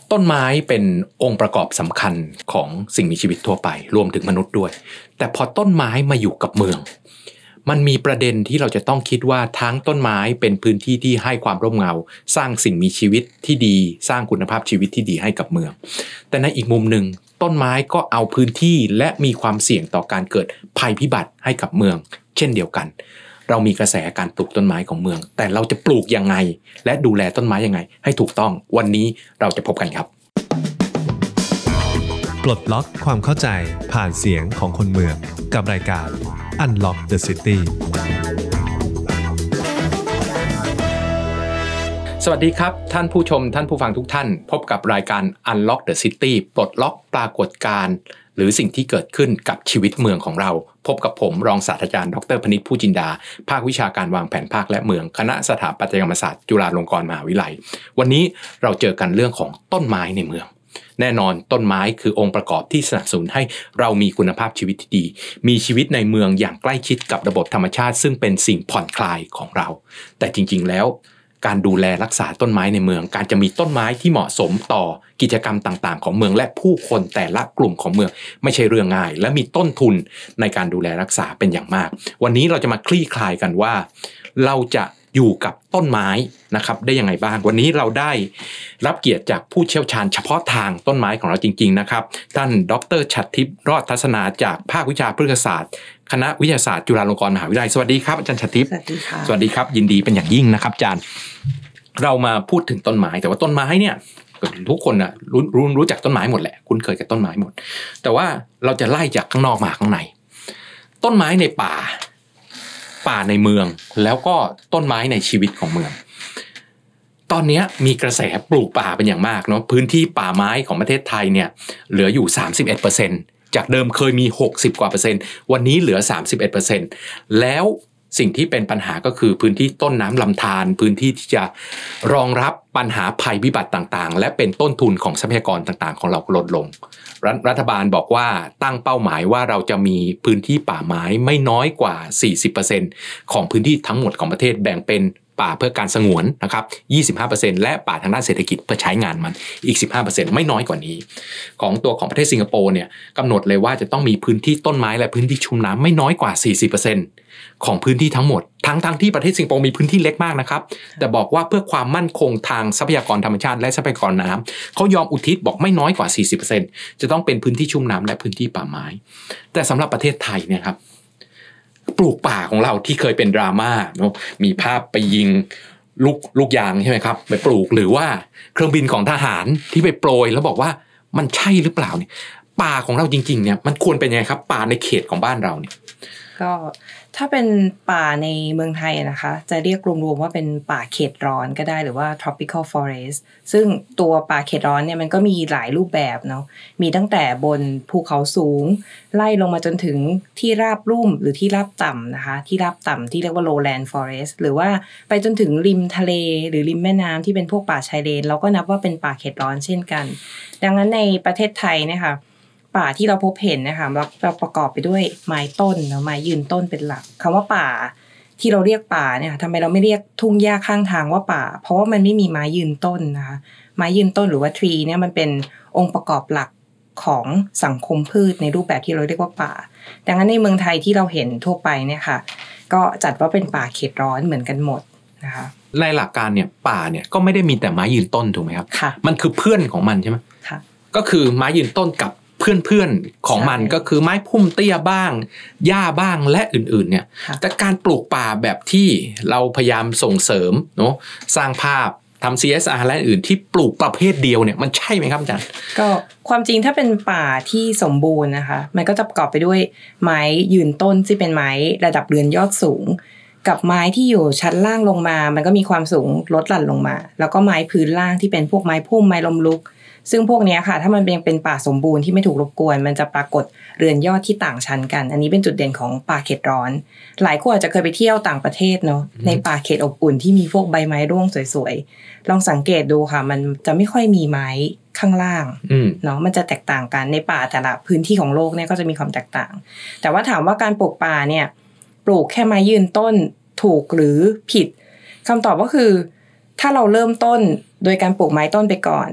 ต้นไม้เป็นองค์ประกอบสำคัญของสิ่งมีชีวิตทั่วไปรวมถึงมนุษย์ด้วยแต่พอต้นไม้มาอยู่กับเมืองมันมีประเด็นที่เราจะต้องคิดว่าทั้งต้นไม้เป็นพื้นที่ที่ให้ความร่มเงาสร้างสิ่งมีชีวิตที่ดีสร้างคุณภาพชีวิตที่ดีให้กับเมืองแต่ในอีกมุมหนึ่งต้นไม้ก็เอาพื้นที่และมีความเสี่ยงต่อการเกิดภัยพิบัติให้กับเมืองเช่นเดียวกันเรามีกระแสการปลูกต้นไม้ของเมืองแต่เราจะปลูกยังไงและดูแลต้นไม้ยังไงให้ถูกต้องวันนี้เราจะพบกันครับปลดล็อกความเข้าใจผ่านเสียงของคนเมืองกับรายการ Unlock the City สวัสดีครับท่านผู้ชมท่านผู้ฟังทุกท่านพบกับรายการ Unlock the City ปลดล็อกปรากฏการณ์หรือสิ่งที่เกิดขึ้นกับชีวิตเมืองของเราพบกับผมรองศาสตราจารย์ดร.พนิษฐ์ผู้จินดาภาควิชาการวางแผนภาคและเมืองคณะสถาปัตยกรรมศาสตร์จุฬาลงกรณ์มหาวิทยาลัยวันนี้เราเจอกันเรื่องของต้นไม้ในเมืองแน่นอนต้นไม้คือองค์ประกอบที่สนับสนุนให้เรามีคุณภาพชีวิตที่ดีมีชีวิตในเมืองอย่างใกล้ชิดกับระบบธรรมชาติซึ่งเป็นสิ่งผ่อนคลายของเราแต่จริงๆแล้วการดูแลรักษาต้นไม้ในเมืองการจะมีต้นไม้ที่เหมาะสมต่อกิจกรรมต่างๆของเมืองและผู้คนแต่ละกลุ่มของเมืองไม่ใช่เรื่องง่ายและมีต้นทุนในการดูแลรักษาเป็นอย่างมากวันนี้เราจะมาคลี่คลายกันว่าเราจะอยู่กับต้นไม้นะครับได้ยังไงบ้างวันนี้เราได้รับเกียรติจากผู้เชี่ยวชาญเฉพาะทางต้นไม้ของเราจริงๆนะครับท่านดร.ฉัตรทิพย์รอดทัศนาจากภาควิชาพฤกษศาสตร์คณะวิทยาศาสตร์จุฬาลงกรณ์มหาวิทยาลัยสวัสดีครับอาจารย์ฉัตรทิพย์สวัสดีครับยินดีเป็นอย่างยิ่งนะครับอาจารย์เรามาพูดถึงต้นไม้แต่ว่าต้นไม้เนี่ยทุกคนน่ะรู้จักต้นไม้หมดแหละคุ้นเคยกับต้นไม้หมดแต่ว่าเราจะไล่จากข้างนอกมาข้างในต้นไม้ในป่าในเมืองแล้วก็ต้นไม้ในชีวิตของเมืองตอนนี้มีกระแสปลูกป่าเป็นอย่างมากเนาะพื้นที่ป่าไม้ของประเทศไทยเนี่ยเหลืออยู่ 31% จากเดิมเคยมี60กว่าเปอร์เซ็นต์วันนี้เหลือ 31% แล้วสิ่งที่เป็นปัญหาก็คือพื้นที่ต้นน้ำลำธารพื้นที่ที่จะรองรับปัญหาภัยพิบัติต่างๆและเป็นต้นทุนของทรัพยากรต่างๆของเราลดลงรัฐบาลบอกว่าตั้งเป้าหมายว่าเราจะมีพื้นที่ป่าไม้ไม่น้อยกว่า 40% ของพื้นที่ทั้งหมดของประเทศแบ่งเป็นป่าเพื่อการสงวนนะครับ 25% และป่าทางด้านเศรษฐกิจเพื่อใช้งานมันอีก 15% ไม่น้อยกว่านี้ของประเทศสิงคโปร์เนี่ยกำหนดเลยว่าจะต้องมีพื้นที่ต้นไม้และพื้นที่ชุ่มน้ำไม่น้อยกว่า 40% ของพื้นที่ทั้งหมดทั้งที่ประเทศสิงคโปร์มีพื้นที่เล็กมากนะครับแต่บอกว่าเพื่อความมั่นคงทางทรัพยากรธรรมชาติและทรัพยากรน้ำเขายอมอุทิศบอกไม่น้อยกว่า 40% จะต้องเป็นพื้นที่ชุ่มน้ำและพื้นที่ป่าไม้แต่สำหรับประเทศไทยเนี่ยครับปลูกป่าของเราที่เคยเป็นดราม่าเนาะมีภาพไปยิงลูกยางใช่ไหมครับไปปลูกหรือว่าเครื่องบินของทหารที่ไปโปรยแล้วบอกว่ามันใช่หรือเปล่าเนี่ยป่าของเราจริงๆเนี่ยมันควรเป็นยังไงครับป่าในเขตของบ้านเราเนี่ยก็ถ้าเป็นป่าในเมืองไทยนะคะจะเรียกรวมๆว่าเป็นป่าเขตร้อนก็ได้หรือว่า tropical forest ซึ่งตัวป่าเขตร้อนเนี่ยมันก็มีหลายรูปแบบเนาะมีตั้งแต่บนภูเขาสูงไล่ลงมาจนถึงที่ราบลุ่มหรือที่ราบต่ำนะคะที่ราบต่ำที่เรียกว่า lowland forest หรือว่าไปจนถึงริมทะเลหรือริมแม่น้ำที่เป็นพวกป่าชายเลนเราก็นับว่าเป็นป่าเขตร้อนเช่นกันดังนั้นในประเทศไทยเนี่ยค่ะป่าที่เราพบเห็นนะคะเราประกอบไปด้วยไม้ต้นเนาะไม้ยืนต้นเป็นหลักคำว่าป่าที่เราเรียกป่าเนี่ยทำไมเราไม่เรียกทุ่งหญ้าข้างทางว่าป่าเพราะว่ามันไม่มีไม้ยืนต้นนะคะไม้ยืนต้นหรือว่า tree เนี่ยมันเป็นองค์ประกอบหลักของสังคมพืชในรูปแบบที่เราเรียกว่าป่าดังนั้นในเมืองไทยที่เราเห็นทั่วไปเนี่ยค่ะก็จัดว่าเป็นป่าเขตร้อนเหมือนกันหมดนะคะในหลักการเนี่ยป่าเนี่ยก็ไม่ได้มีแต่ไม้ยืนต้นถูกไหมครับมันคือเพื่อนของมันใช่ไหมค่ะก็คือไม้ยืนต้นกับเพื่อนๆของมันก็คือไม้พุ่มเตี้ยบ้างหญ้าบ้างและอื่นๆเนี่ยแต่การปลูกป่าแบบที่เราพยายามส่งเสริมเนาะสร้างภาพทำ CSR และอื่นที่ปลูกประเภทเดียวเนี่ยมันใช่ไหมครับอาจารย์ก็ความจริงถ้าเป็นป่าที่สมบูรณ์นะคะมันก็จะประกอบไปด้วยไม้ยืนต้นที่เป็นไม้ระดับเรือนยอดสูงกับไม้ที่อยู่ชั้นล่างลงมามันก็มีความสูงลดหลั่นลงมาแล้วก็ไม้พื้นล่างที่เป็นพวกไม้พุ่มไม้ลมลุกซึ่งพวกนี้ค่ะถ้ามันเป็นป่าสมบูรณ์ที่ไม่ถูกรบกวนมันจะปรากฏเรือนยอดที่ต่างชั้นกันอันนี้เป็นจุดเด่นของป่าเขตร้อนหลายคนอาจจะเคยไปเที่ยวต่างประเทศเนาะในป่าเขตอบอุ่นที่มีพวกใบไม้ร่วงสวยๆลองสังเกตดูค่ะมันจะไม่ค่อยมีไม้ข้างล่างเนาะมันจะแตกต่างกันในป่าแต่ละพื้นที่ของโลกเนี่ยก็จะมีความแตกต่างแต่ว่าถามว่าการปลูกป่าเนี่ยปลูกแค่ไม้ยืนต้นถูกหรือผิดคำตอบก็คือถ้าเราเริ่มต้นโดยการปลูกไม้ต้นไปก่อน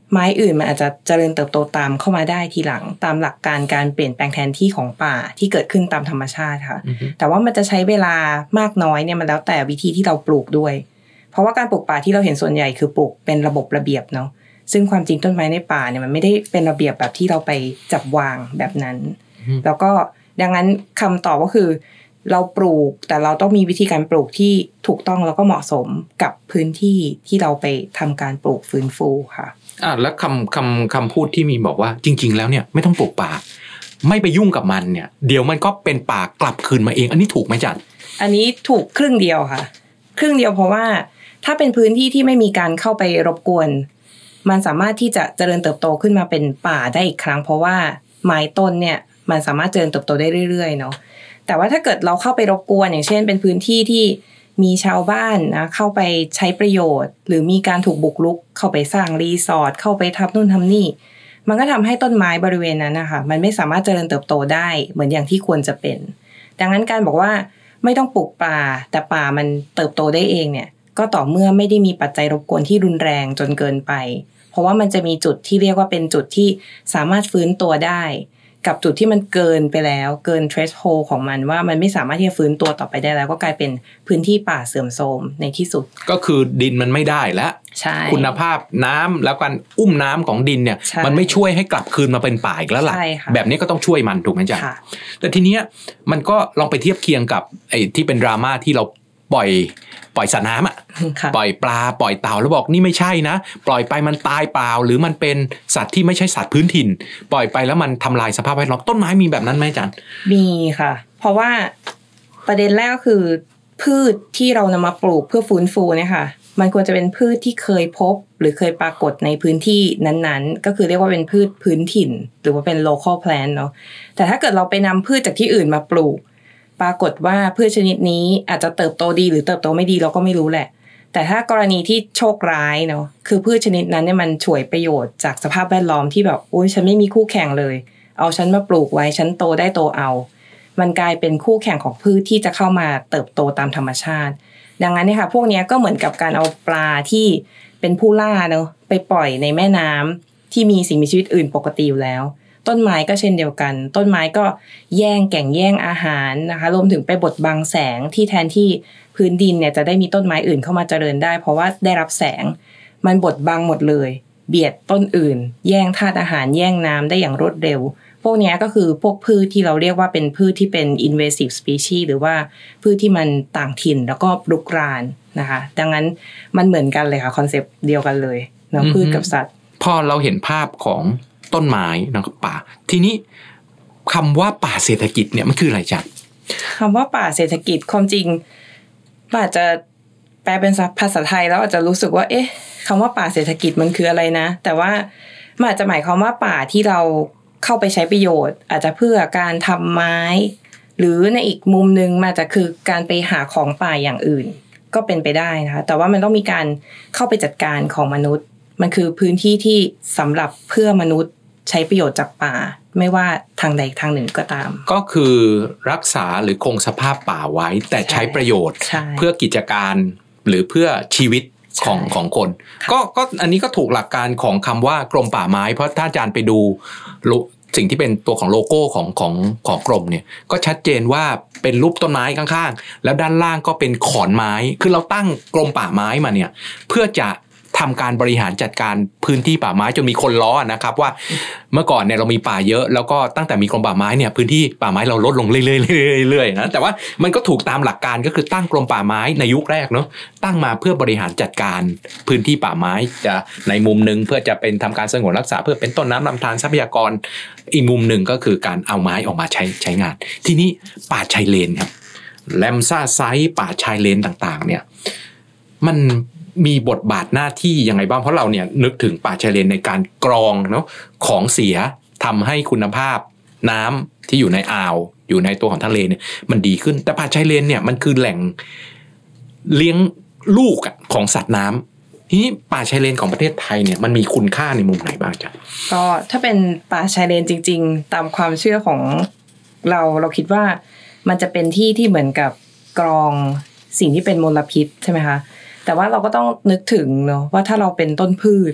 ไม้อื่นมันอาจจะเจริญเติบโตตามเข้ามาได้ทีหลังตามหลักการการเปลี่ยนแปลงแทนที่ของป่าที่เกิดขึ้นตามธรรมชาติค่ะแต่ว่ามันจะใช้เวลามากน้อยเนี่ยมันแล้วแต่วิธีที่เราปลูกด้วยเพราะว่าการปลูกป่าที่เราเห็นส่วนใหญ่คือปลูกเป็นระบบระเบียบเนาะซึ่งความจริงต้นไม้ในป่าเนี่ยมันไม่ได้เป็นระเบียบแบบที่เราไปจับวางแบบนั้นแล้วก็ดังนั้นคำตอบก็คือเราปลูกแต่เราต้องมีวิธีการปลูกที่ถูกต้องแล้วก็เหมาะสมกับพื้นที่ที่เราไปทำการปลูกฟื้นฟูค่ะแล้วคำพูดที่มีบอกว่าจริงๆแล้วเนี่ยไม่ต้องปลูกป่าไม่ไปยุ่งกับมันเนี่ยเดี๋ยวมันก็เป็นป่ากลับคืนมาเองอันนี้ถูกไหมจันอันนี้ถูกครึ่งเดียวค่ะครึ่งเดียวเพราะว่าถ้าเป็นพื้นที่ที่ไม่มีการเข้าไปรบกวนมันสามารถที่จะเจริญเติบโตขึ้นมาเป็นป่าได้อีกครั้งเพราะว่าไม้ต้นเนี่ยมันสามารถเจริญเติบโตได้เรื่อยๆเนาะแต่ว่าถ้าเกิดเราเข้าไปรบกวนอย่างเช่นเป็นพื้นที่ที่มีชาวบ้านนะเข้าไปใช้ประโยชน์หรือมีการถูกบุกรุกเข้าไปสร้างรีสอร์ทเข้าไปทำนู่นทำนี่มันก็ทำให้ต้นไม้บริเวณนั้นนะคะมันไม่สามารถเจริญเติบโตได้เหมือนอย่างที่ควรจะเป็นดังนั้นการบอกว่าไม่ต้องปลูกป่าแต่ป่ามันเติบโตได้เองเนี่ยก็ต่อเมื่อไม่ได้มีปัจจัยรบกวนที่รุนแรงจนเกินไปเพราะว่ามันจะมีจุดที่เรียกว่าเป็นจุดที่สามารถฟื้นตัวได้กับจุดที่มันเกินไปแล้วเกิน threshold ของมันว่ามันไม่สามารถที่จะฟื้นตัวต่อไปได้แล้วก็กลายเป็นพื้นที่ป่าเสื่อมโทรมในที่สุดก็คือดินมันไม่ได้แล้วคุณภาพน้ำแล้วการอุ้มน้ำของดินเนี่ยมันไม่ช่วยให้กลับคืนมาเป็นป่าอีกแล้วล่ะแบบนี้ก็ต้องช่วยมันถูกไหมจ๊ะแต่ทีเนี้ยมันก็ลองไปเทียบเคียงกับไอ้ที่เป็นดราม่าที่เราปล่อยสัตว์น้ำอ่ะปล่อยปลาปล่อยเต่าแล้วบอกนี่ไม่ใช่นะปล่อยไปมันตายเปล่าหรือมันเป็นสัตว์ที่ไม่ใช่สัตว์พื้นถิ่นปล่อยไปแล้วมันทำลายสภาพแวดล้อมต้นไม้มีแบบนั้นไหมอาจารย์มีค่ะเพราะว่าประเด็นแรกก็คือพืชที่เรานำมาปลูกเพื่อฟื้นฟูเนี่ยค่ะมันควรจะเป็นพืชที่เคยพบหรือเคยปรากฏในพื้นที่นั้นๆก็คือเรียกว่าเป็นพืชพื้นถิ่นหรือว่าเป็น local plant เนาะแต่ถ้าเกิดเราไปนำพืชจากที่อื่นมาปลูกปรากฏว่าพืชชนิดนี้อาจจะเติบโตดีหรือเติบโตไม่ดีเราก็ไม่รู้แหละแต่ถ้ากรณีที่โชคร้ายเนาะคือพืชชนิดนั้นเนี่ยมันฉวยประโยชน์จากสภาพแวดล้อมที่แบบโอ๊ยฉันไม่มีคู่แข่งเลยเอาฉันมาปลูกไว้ฉันโตได้โตเอามันกลายเป็นคู่แข่งของพืชที่จะเข้ามาเติบโตตามธรรมชาติดังนั้นเนี่ยค่ะพวกนี้ก็เหมือนกับการเอาปลาที่เป็นผู้ล่าเนาะไปปล่อยในแม่น้ำที่มีสิ่งมีชีวิตอื่นปกติอยู่แล้วต้นไม้ก็เช่นเดียวกันต้นไม้ก็แย่งอาหารนะคะรวมถึงไปบดบังแสงที่แทนที่พื้นดินเนี่ยจะได้มีต้นไม้อื่นเข้ามาเจริญได้เพราะว่าได้รับแสงมันบดบังหมดเลยเบียดต้นอื่นแย่งธาตุอาหารแย่งน้ำได้อย่างรวดเร็วพวกนี้ก็คือพวกพืชที่เราเรียกว่าเป็นพืชที่เป็น invasive species หรือว่าพืชที่มันต่างถิ่นแล้วก็รุกรานนะคะดังนั้นมันเหมือนกันเลยค่ะคอนเซปต์เดียวกันเลยเนาะพืชกับสัตว์พอเราเห็นภาพของต้นไม้นะครับป่าทีนี้คำว่าป่าเศรษฐกิจเนี่ยมันคืออะไรจ๊ะคำว่าป่าเศรษฐกิจความจริงอาจจะแปลเป็นภาษาไทยแล้วอาจจะรู้สึกว่าเอ๊ะคำว่าป่าเศรษฐกิจมันคืออะไรนะแต่ว่ามันอาจจะหมายความว่าป่าที่เราเข้าไปใช้ประโยชน์อาจจะเพื่อการทำไม้หรือในอีกมุมนึงมันจะคือการไปหาของป่าอย่างอื่นก็เป็นไปได้นะคะแต่ว่ามันต้องมีการเข้าไปจัดการของมนุษย์มันคือพื้นที่ที่สำหรับเพื่อมนุษย์ใช้ประโยชน์จากป่าไม่ว่าทางใดทางหนึ่งก็ตามก็คือรักษาหรือคงสภาพป่าไว้แต่ใช้ประโยชน์เพื่อกิจการหรือเพื่อชีวิตของคนก็อันนี้ก็ถูกหลักการของคำว่ากรมป่าไม้เพราะถ้าอาจารย์ไปดูสิ่งที่เป็นตัวของโลโก้ของกรมเนี่ยก็ชัดเจนว่าเป็นรูปต้นไม้ข้างๆแล้วด้านล่างก็เป็นขอนไม้คือเราตั้งกรมป่าไม้มาเนี่ยเพื่อจะทำการบริหารจัดการพื้นที่ป่าไม้จนมีคนล้อนะครับว่าเมื่อก่อนเนี่ยเรามีป่าเยอะแล้วก็ตั้งแต่มีกรมป่าไม้เนี่ยพื้นที่ป่าไม้เราลดลงเรื่อยๆนะแต่ว่ามันก็ถูกตามหลักการก็คือตั้งกรมป่าไม้ในยุคแรกเนาะตั้งมาเพื่อบริหารจัดการพื้นที่ป่าไม้จะในมุมนึงเพื่อจะเป็นทำการสงวนรักษาเพื่อเป็นต้นน้ำลำธารทรัพยากรอีกมุมนึงก็คือการเอาไม้ออกมาใช้งานทีนี้ป่าชายเลนครับแลมซ่าไซต์ป่าชายเลนต่างๆเนี่ยมันมีบทบาทหน้าที่ยังไงบ้างเพราะเราเนี่ยนึกถึงป่าชายเลนในการกรองเนาะของเสียทำให้คุณภาพน้ำที่อยู่ในอ่าวอยู่ในตัวของทะเลเนี่ยมันดีขึ้นแต่ป่าชายเลนเนี่ยมันคือแหล่งเลี้ยงลูกของสัตว์น้ำทีนี้ป่าชายเลนของประเทศไทยเนี่ยมันมีคุณค่าในมุมไหนบ้างจ๊ะก็ถ้าเป็นป่าชายเลนจริงๆตามความเชื่อของเราคิดว่ามันจะเป็นที่ที่เหมือนกับกรองสิ่งที่เป็นมลพิษใช่ไหมคะแต่ว่าเราก็ต้องนึกถึงเนาะว่าถ้าเราเป็นต้นพืช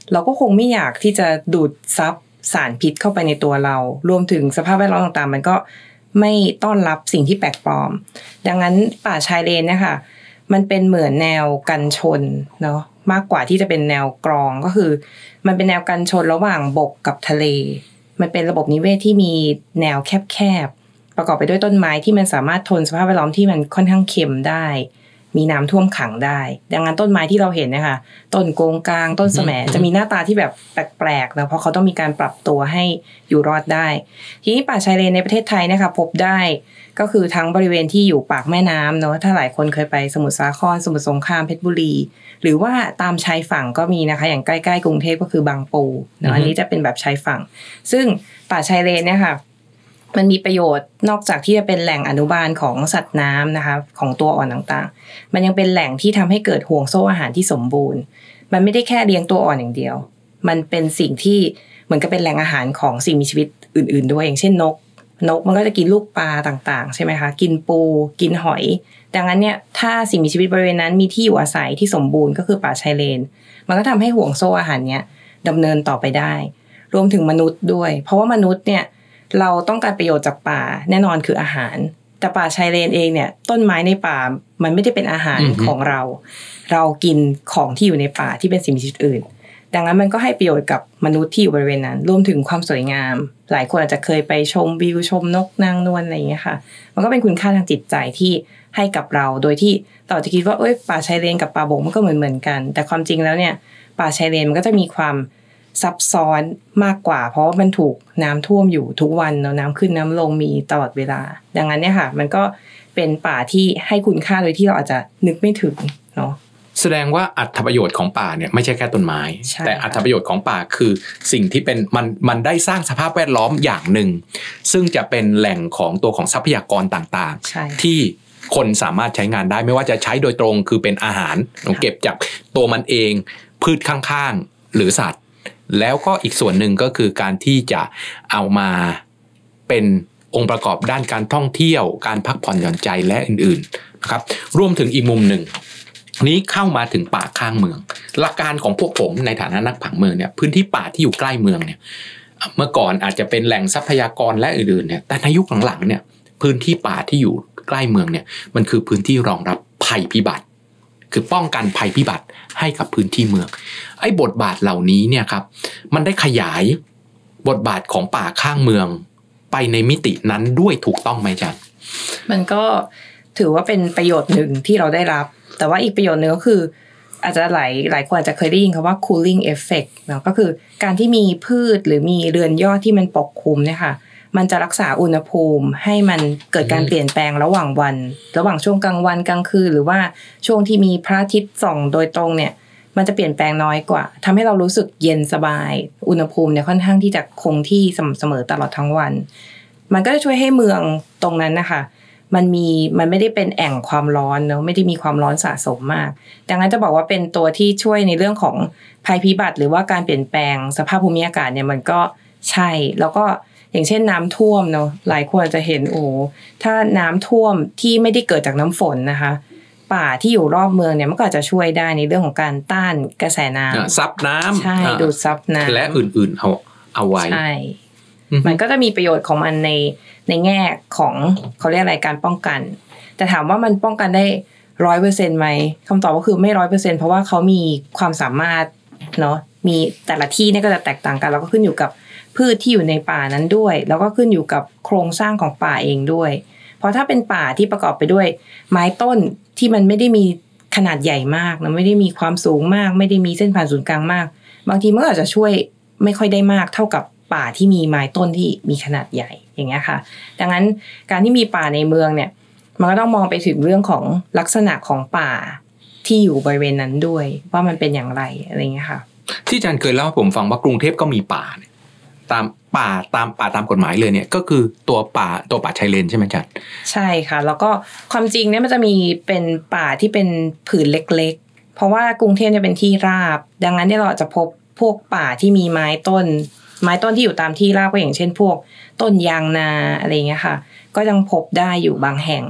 เราก็คงไม่อยากที่จะดูดซับสารพิษเข้าไปในตัวเรารวมถึงสภาพแวดล้อมต่างๆมันก็ไม่ต้อนรับสิ่งที่แปลกปลอมดังนั้นป่าชายเลนเนี่ยค่ะมันเป็นเหมือนแนวกันชนเนาะมากกว่าที่จะเป็นแนวกรองก็คือมันเป็นแนวกันชนระหว่างบกกับทะเลมันเป็นระบบนิเวศที่มีแนวแคบๆประกอบไปด้วยต้นไม้ที่มันสามารถทนสภาพแวดล้อมที่มันค่อนข้างเค็มได้มีน้ำท่วมขังได้ดังนั้นต้นไม้ที่เราเห็นนะคะต้นโกงกลางต้นแสมจะมีหน้าตาที่แบบแปลกๆนะเพราะเขาต้องมีการปรับตัวให้อยู่รอดได้ทีนี้ป่าชายเลนในประเทศไทยนะคะพบได้ก็คือทั้งบริเวณที่อยู่ปากแม่น้ำเนาะถ้าหลายคนเคยไปสมุทรสาครสมุทรสงครามเพชรบุรีหรือว่าตามชายฝั่งก็มีนะคะอย่างใกล้ๆกรุงเทพก็คือบางปูเนาะอันนี้จะเป็นแบบชายฝั่งซึ่งป่าชายเลนเนี่ยค่ะมันมีประโยชน์นอกจากที่จะเป็นแหล่งอนุบาลของสัตว์น้ำนะคะของตัวอ่อนต่างๆมันยังเป็นแหล่งที่ทำให้เกิดห่วงโซ่อาหารที่สมบูรณ์มันไม่ได้แค่เลี้ยงตัวอ่อนอย่างเดียวมันเป็นสิ่งที่เหมือนกับเป็นแหล่งอาหารของสิ่งมีชีวิตอื่นๆด้วยอย่างเช่นนกมันก็จะกินลูกปลาต่างๆใช่ไหมคะกินปูกินหอยดังนั้นเนี่ยถ้าสิ่งมีชีวิตบริเวณนั้นมีที่อยู่อาศัยที่สมบูรณ์ก็คือป่าชายเลนมันก็ทำให้ห่วงโซ่อาหารเนี้ยดำเนินต่อไปได้รวมถึงมนุษย์ด้วยเพราะว่ามนุษย์เนี่ยเราต้องการประโยชน์จากป่าแน่นอนคืออาหารแต่ป่าชายเลนเองเนี่ยต้นไม้ในป่ามันไม่ได้เป็นอาหารของเรากินของที่อยู่ในป่าที่เป็นสิ่งมีชีวิตอื่นดังนั้นมันก็ให้ประโยชน์กับมนุษย์ที่อยู่บริเวณนั้นรวมถึงความสวยงามหลายคนอาจจะเคยไปชมวิวชมนกนางนวลอะไรอย่างเงี้ยค่ะมันก็เป็นคุณค่าทางจิตใจที่ให้กับเราโดยที่เราจะคิดว่าป่าชายเลนกับป่าบกมันก็เหมือนกันแต่ความจริงแล้วเนี่ยป่าชายเลนมันก็จะมีความซับซ้อนมากกว่าเพราะว่ามันถูกน้ำท่วมอยู่ทุกวันเนาะน้ำขึ้นน้ำลงมีตลอดเวลาดังนั้นเนี่ยค่ะมันก็เป็นป่าที่ให้คุณค่าโดยที่เราอาจจะนึกไม่ถึงเนาะแสดงว่าอรรถประโยชน์ของป่าเนี่ยไม่ใช่แค่ต้นไม้แต่อรรถประโยชน์ของป่าคือสิ่งที่เป็นมันได้สร้างสภาพแวดล้อมอย่างหนึ่งซึ่งจะเป็นแหล่งของตัวของทรัพยากรต่างๆที่คนสามารถใช้งานได้ไม่ว่าจะใช้โดยตรงคือเป็นอาหารเก็บจากตัวมันเองพืชข้างๆหรือสัตว์แล้วก็อีกส่วนหนึ่งก็คือการที่จะเอามาเป็นองค์ประกอบด้านการท่องเที่ยวการพักผ่อนหย่อนใจและอื่นๆนะครับรวมถึงอีกมุมหนึ่งนี้เข้ามาถึงป่าข้างเมืองหลักการของพวกผมในฐานะนักผังเมืองเนี่ยพื้นที่ป่าที่อยู่ใกล้เมืองเนี่ยเมื่อก่อนอาจจะเป็นแหล่งทรัพยากรและอื่นๆเนี่ยแต่ในยุคหลังๆเนี่ยพื้นที่ป่าที่อยู่ใกล้เมืองเนี่ยมันคือพื้นที่รองรับภัยพิบัติคือป้องกันภัยพิบัติให้กับพื้นที่เมืองไอ้บทบาทเหล่านี้เนี่ยครับมันได้ขยายบทบาทของป่าข้างเมืองไปในมิตินั้นด้วยถูกต้องไหมจ๊ะมันก็ถือว่าเป็นประโยชน์หนึ่งที่เราได้รับแต่ว่าอีกประโยชน์นึงก็คืออาจจะหลายคนอาจจะเคยได้ยินคำว่า cooling effect เนาะก็คือการที่มีพืชหรือมีเรือนยอดที่มันปกคลุมเนี่ยค่ะมันจะรักษาอุณหภูมิให้มันเกิดการเปลี่ยนแปลงระหว่างวันระหว่างช่วงกลางวันกลางคืนหรือว่าช่วงที่มีพระอาทิตย์ส่องโดยตรงเนี่ยมันจะเปลี่ยนแปลงน้อยกว่าทำให้เรารู้สึกเย็นสบายอุณหภูมิเนี่ยค่อนข้างที่จะคงที่สม่ำเสมอตลอดทั้งวันมันก็จะช่วยให้เมืองตรงนั้นนะคะมันไม่ได้เป็นแอ่งความร้อนเนอะไม่ได้มีความร้อนสะสมมากดังนั้นจะบอกว่าเป็นตัวที่ช่วยในเรื่องของภัยพิบัติหรือว่าการเปลี่ยนแปลงสภาพภูมิอากาศเนี่ยมันก็ใช่แล้วก็อย่างเช่นน้ำท่วมเนาะหลายคนจะเห็นถ้าน้ำท่วมที่ไม่ได้เกิดจากน้ำฝนนะคะป่าที่อยู่รอบเมืองเนี่ยมันก็อาจจะช่วยได้ในเรื่องของการต้านกระแสน้ำซับน้ำใช่ดูดซับน้ำและอื่นๆเอาไว้ใช่มันก็จะมีประโยชน์ของมันในแง่ของเขาเรียกอะไรการป้องกันแต่ถามว่ามันป้องกันได้ 100% ไหมคำตอบก็คือไม่ 100% เพราะว่าเขามีความสามารถเนาะมีแต่ละที่เนี่ยก็จะแตกต่างกันแล้วก็ขึ้นอยู่กับพืชที่อยู่ในป่านั้นด้วยแล้วก็ขึ้นอยู่กับโครงสร้างของป่าเองด้วยเพราะถ้าเป็นป่าที่ประกอบไปด้วยไม้ต้นที่มันไม่ได้มีขนาดใหญ่มากนะไม่ได้มีความสูงมากไม่ได้มีเส้นผ่านศูนย์กลางมากบางทีมันอาจจะช่วยไม่ค่อยได้มากเท่ากับป่าที่มีไม้ต้นที่มีขนาดใหญ่อย่างเงี้ยค่ะดังนั้นการที่มีป่าในเมืองเนี่ยมันก็ต้องมองไปถึงเรื่องของลักษณะของป่าที่อยู่บริเวณนั้นด้วยว่ามันเป็นอย่างไรอะไรเงี้ยค่ะที่อาจารย์เคยเล่าให้ผมฟังว่ากรุงเทพก็มีป่าตามกฎหมายเลยเนี่ยก็คือตัวป่าชายเลนใช่ไหมอาจารย์ใช่ค่ะแล้วก็ความจริงเนี่ยมันจะมีเป็นป่าที่เป็นผืนเล็กๆเพราะว่ากรุงเทพเนี่ยเป็นที่ราบดังนั้นเนี่ยเราจะพบพวกป่าที่มีไม้ต้นที่อยู่ตามที่ราบก็อย่างเช่นพวกต้นยางนาอะไรเงี้ยค่ะก็ยังพบได้อยู่บางแห่ง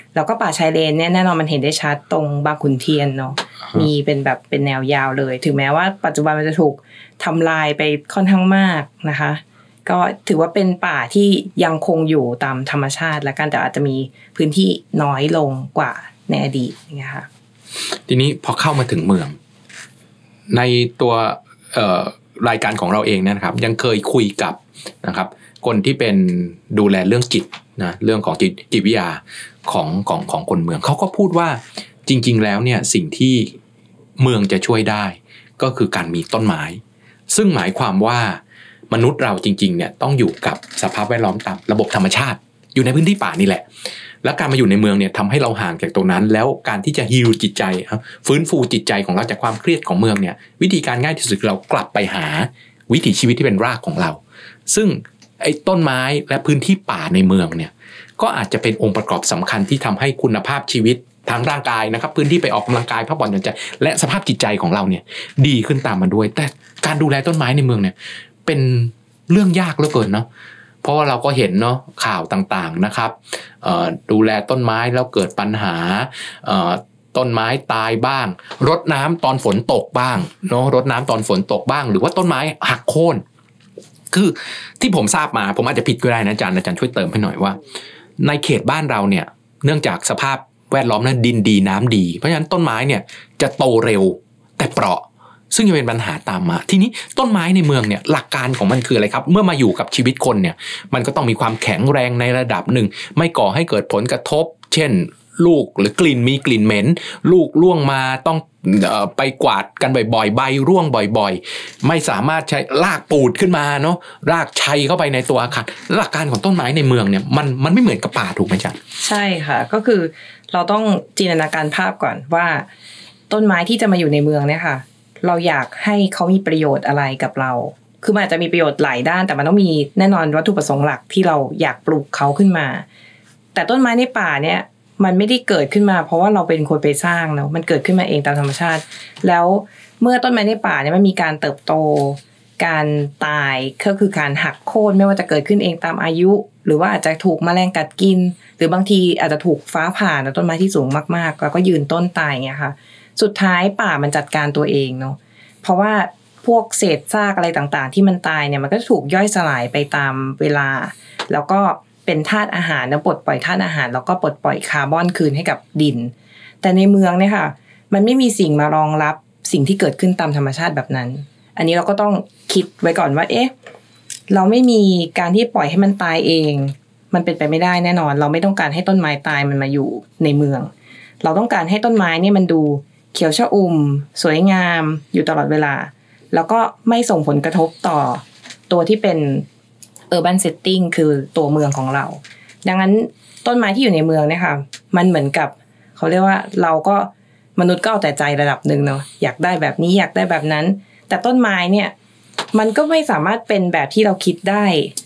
แล้วก็ป่าชายเลนเนี่ยแน่นอนมันเห็นได้ชัดตรงบางขุนเทียนเนาะมีเป็นแบบเป็นแนวยาวเลยถึงแม้ว่าปัจจุบันมันจะถูกทำลายไปค่อนข้างมากนะคะก็ถือว่าเป็นป่าที่ยังคงอยู่ตามธรรมชาติและกันแต่อาจจะมีพื้นที่น้อยลงกว่าในอดีตอย่างเงี้ยค่ะทีนี้พอเข้ามาถึงเมืองในตัวรายการของเราเองนะครับยังเคยคุยกับนะครับคนที่เป็นดูแลเรื่องจิตนะเรื่องของจิตวิทยาของคนเมืองเขาก็พูดว่าจริงๆแล้วเนี่ยสิ่งที่เมืองจะช่วยได้ก็คือการมีต้นไม้ซึ่งหมายความว่ามนุษย์เราจริงๆเนี่ยต้องอยู่กับสภาพแวดล้อมตามระบบธรรมชาติอยู่ในพื้นที่ป่านี่แหละแล้วการมาอยู่ในเมืองเนี่ยทำให้เราห่างจากตรงนั้นแล้วการที่จะฮีลจิตใจฟื้นฟูจิตใจของเราจากความเครียดของเมืองเนี่ยวิธีการง่ายที่สุดคือเรากลับไปหาวิถีชีวิตที่เป็นรากของเราซึ่งไอ้ต้นไม้และพื้นที่ป่าในเมืองเนี่ยก็อาจจะเป็นองค์ประกอบสำคัญที่ทำให้คุณภาพชีวิตทางร่างกายนะครับพื้นที่ไปออกกำลังกายพักผ่อนหย่อนใจและสภาพจิตใจของเราเนี่ยดีขึ้นตามมาด้วยแต่การดูแลต้นไม้ในเมืองเนี่ยเป็นเรื่องยากเหลือเกินเนาะเพราะว่าเราก็เห็นเนาะข่าวต่างๆนะครับดูแลต้นไม้แล้วเกิดปัญหาต้นไม้ตายบ้างรดน้ำตอนฝนตกบ้างเนาะรดน้ำตอนฝนตกบ้างหรือว่าต้นไม้หักโค่นคือที่ผมทราบมาผมอาจจะผิดก็ได้นะอาจารย์ช่วยเติมให้หน่อยว่าในเขตบ้านเราเนี่ยเนื่องจากสภาพแวดล้อมนั้นดินดีน้ำดีเพราะฉะนั้นต้นไม้เนี่ยจะโตเร็วแต่เปราะซึ่งจะเป็นปัญหาตามมาทีนี้ต้นไม้ในเมืองเนี่ยหลักการของมันคืออะไรครับเมื่อมาอยู่กับชีวิตคนเนี่ยมันก็ต้องมีความแข็งแรงในระดับหนึ่งไม่ก่อให้เกิดผลกระทบเช่นลูกหรือกลิ่นมีกลิ่นเหม็นลูกร่วงมาต้องไปกวาดกันบ่อยๆใบร่วงบ่อยๆไม่สามารถใช้รากปูดขึ้นมาเนาะรากชัยเข้าไปในตัวอาคารหลักการของต้นไม้ในเมืองเนี่ยมันไม่เหมือนกับป่าถูกไหมจ๊ะใช่ค่ะก็คือเราต้องจินตนาการภาพก่อนว่าต้นไม้ที่จะมาอยู่ในเมืองเนี่ยค่ะเราอยากให้เขามีประโยชน์อะไรกับเราคือมันอาจจะมีประโยชน์หลายด้านแต่มันต้องมีแน่นอนวัตถุประสงค์หลักที่เราอยากปลูกเขาขึ้นมาแต่ต้นไม้ในป่าเนี่ยมันไม่ได้เกิดขึ้นมาเพราะว่าเราเป็นคนไปสร้างเนาะมันเกิดขึ้นมาเองตามธรรมชาติแล้วเมื่อต้นไม้ในป่าเนี่ยมันมีการเติบโตการตายก็คือการหักโค่นไม่ว่าจะเกิดขึ้นเองตามอายุหรือว่าอาจจะถูกแมลงกัดกินหรือบางทีอาจจะถูกฟ้าผ่าต้นไม้ที่สูงมากๆแล้วก็ยืนต้นตายเงี้ยค่ะสุดท้ายป่ามันจัดการตัวเองเนาะเพราะว่าพวกเศษซากอะไรต่างๆที่มันตายเนี่ยมันก็ถูกย่อยสลายไปตามเวลาแล้วก็เป็นธาตุอาหารแล้วปลดปล่อยธาตุอาหารแล้วก็ปลดปล่อยคาร์บอนคืนให้กับดินแต่ในเมืองเนี่ยค่ะมันไม่มีสิ่งมารองรับสิ่งที่เกิดขึ้นตามธรรมชาติแบบนั้นอันนี้เราก็ต้องคิดไว้ก่อนว่าเราไม่มีการที่ปล่อยให้มันตายเองมันเป็นไปไม่ได้แน่นอนเราไม่ต้องการให้ต้นไม้ตายมันมาอยู่ในเมืองเราต้องการให้ต้นไม้เนี่ยมันดูเขียวชอุ่มสวยงามอยู่ตลอดเวลาแล้วก็ไม่ส่งผลกระทบต่อตัวที่เป็น urban setting คือตัวเมืองของเราดังนั้นต้นไม้ที่อยู่ในเมืองเนี่ยค่ะมันเหมือนกับเขาเรียกว่าเราก็มนุษย์ก็เอาแต่ใจระดับหนึ่งเนาะอยากได้แบบนี้อยากได้แบบนั้นแต่ต้นไม้เนี่ยมันก็ไม่สามารถเป็นแบบที่เราคิดได้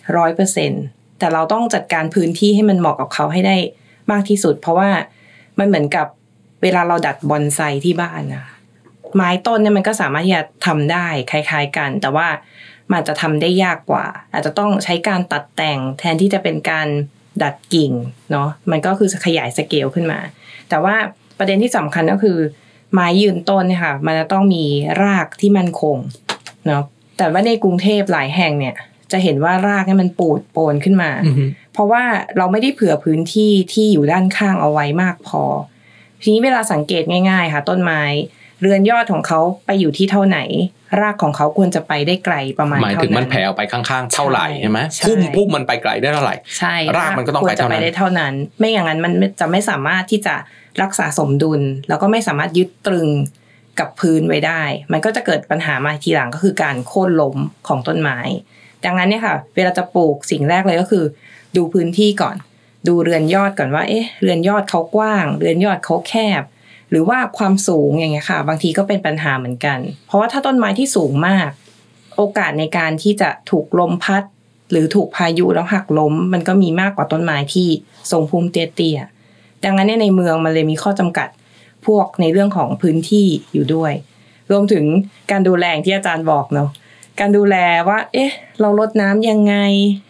100% แต่เราต้องจัดการพื้นที่ให้มันเหมาะกับเขาให้ได้มากที่สุดเพราะว่ามันเหมือนกับเวลาเราดัดบอนไซที่บ้านนะไม้ต้นเนี่ยมันก็สามารถที่จะทำได้คล้ายๆกันแต่ว่ามันจะทำได้ยากกว่าอาจจะต้องใช้การตัดแต่งแทนที่จะเป็นการดัดกิ่งเนาะมันก็คือขยายสเกลขึ้นมาแต่ว่าประเด็นที่สำคัญก็คือไม้ยืนต้นเนี่ยค่ะมันจะต้องมีรากที่มั่นคงเนาะแต่ว่าในกรุงเทพหลายแห่งเนี่ยจะเห็นว่ารากเนี่ยมันปูดโปนขึ้นมา เพราะว่าเราไม่ได้เผื่อพื้นที่ที่อยู่ด้านข้างเอาไว้มากพอทีนี้เวลาสังเกตง่ายๆค่ะต้นไม้เรือนยอดของเขาไปอยู่ที่เท่าไหนรากของเขาควรจะไปได้ไกลประมาณเท่านั้นหมายถึงมันแผ่ออกไปข้างๆเท่าไหร่ใช่ไหมพุ่มมันไปไกลได้เท่าไหร่ใช่รากมันก็ต้องไปเท่านั้นไม่อย่างนั้นมันจะไม่สามารถที่จะรักษาสมดุลแล้วก็ไม่สามารถยึดตรึงกับพื้นไว้ได้มันก็จะเกิดปัญหามาทีหลังก็คือการโค่นล้มของต้นไม้ดังนั้นเนี่ยค่ะเวลาจะปลูกสิ่งแรกเลยก็คือดูพื้นที่ก่อนดูเรือนยอดก่อนว่าเรือนยอดเขากว้างเรือนยอดเขาแคบหรือว่าความสูงอย่างเงี้ยค่ะบางทีก็เป็นปัญหาเหมือนกันเพราะว่าถ้าต้นไม้ที่สูงมากโอกาสในการที่จะถูกลมพัดหรือถูกพายุแล้วหักล้มมันก็มีมากกว่าต้นไม้ที่ทรงภูมิเตี้ยๆดังนั้นในเมืองมันเลยมีข้อจำกัดพวกในเรื่องของพื้นที่อยู่ด้วยรวมถึงการดูแลที่อาจารย์บอกเนาะการดูแลว่าเรารดน้ำยังไง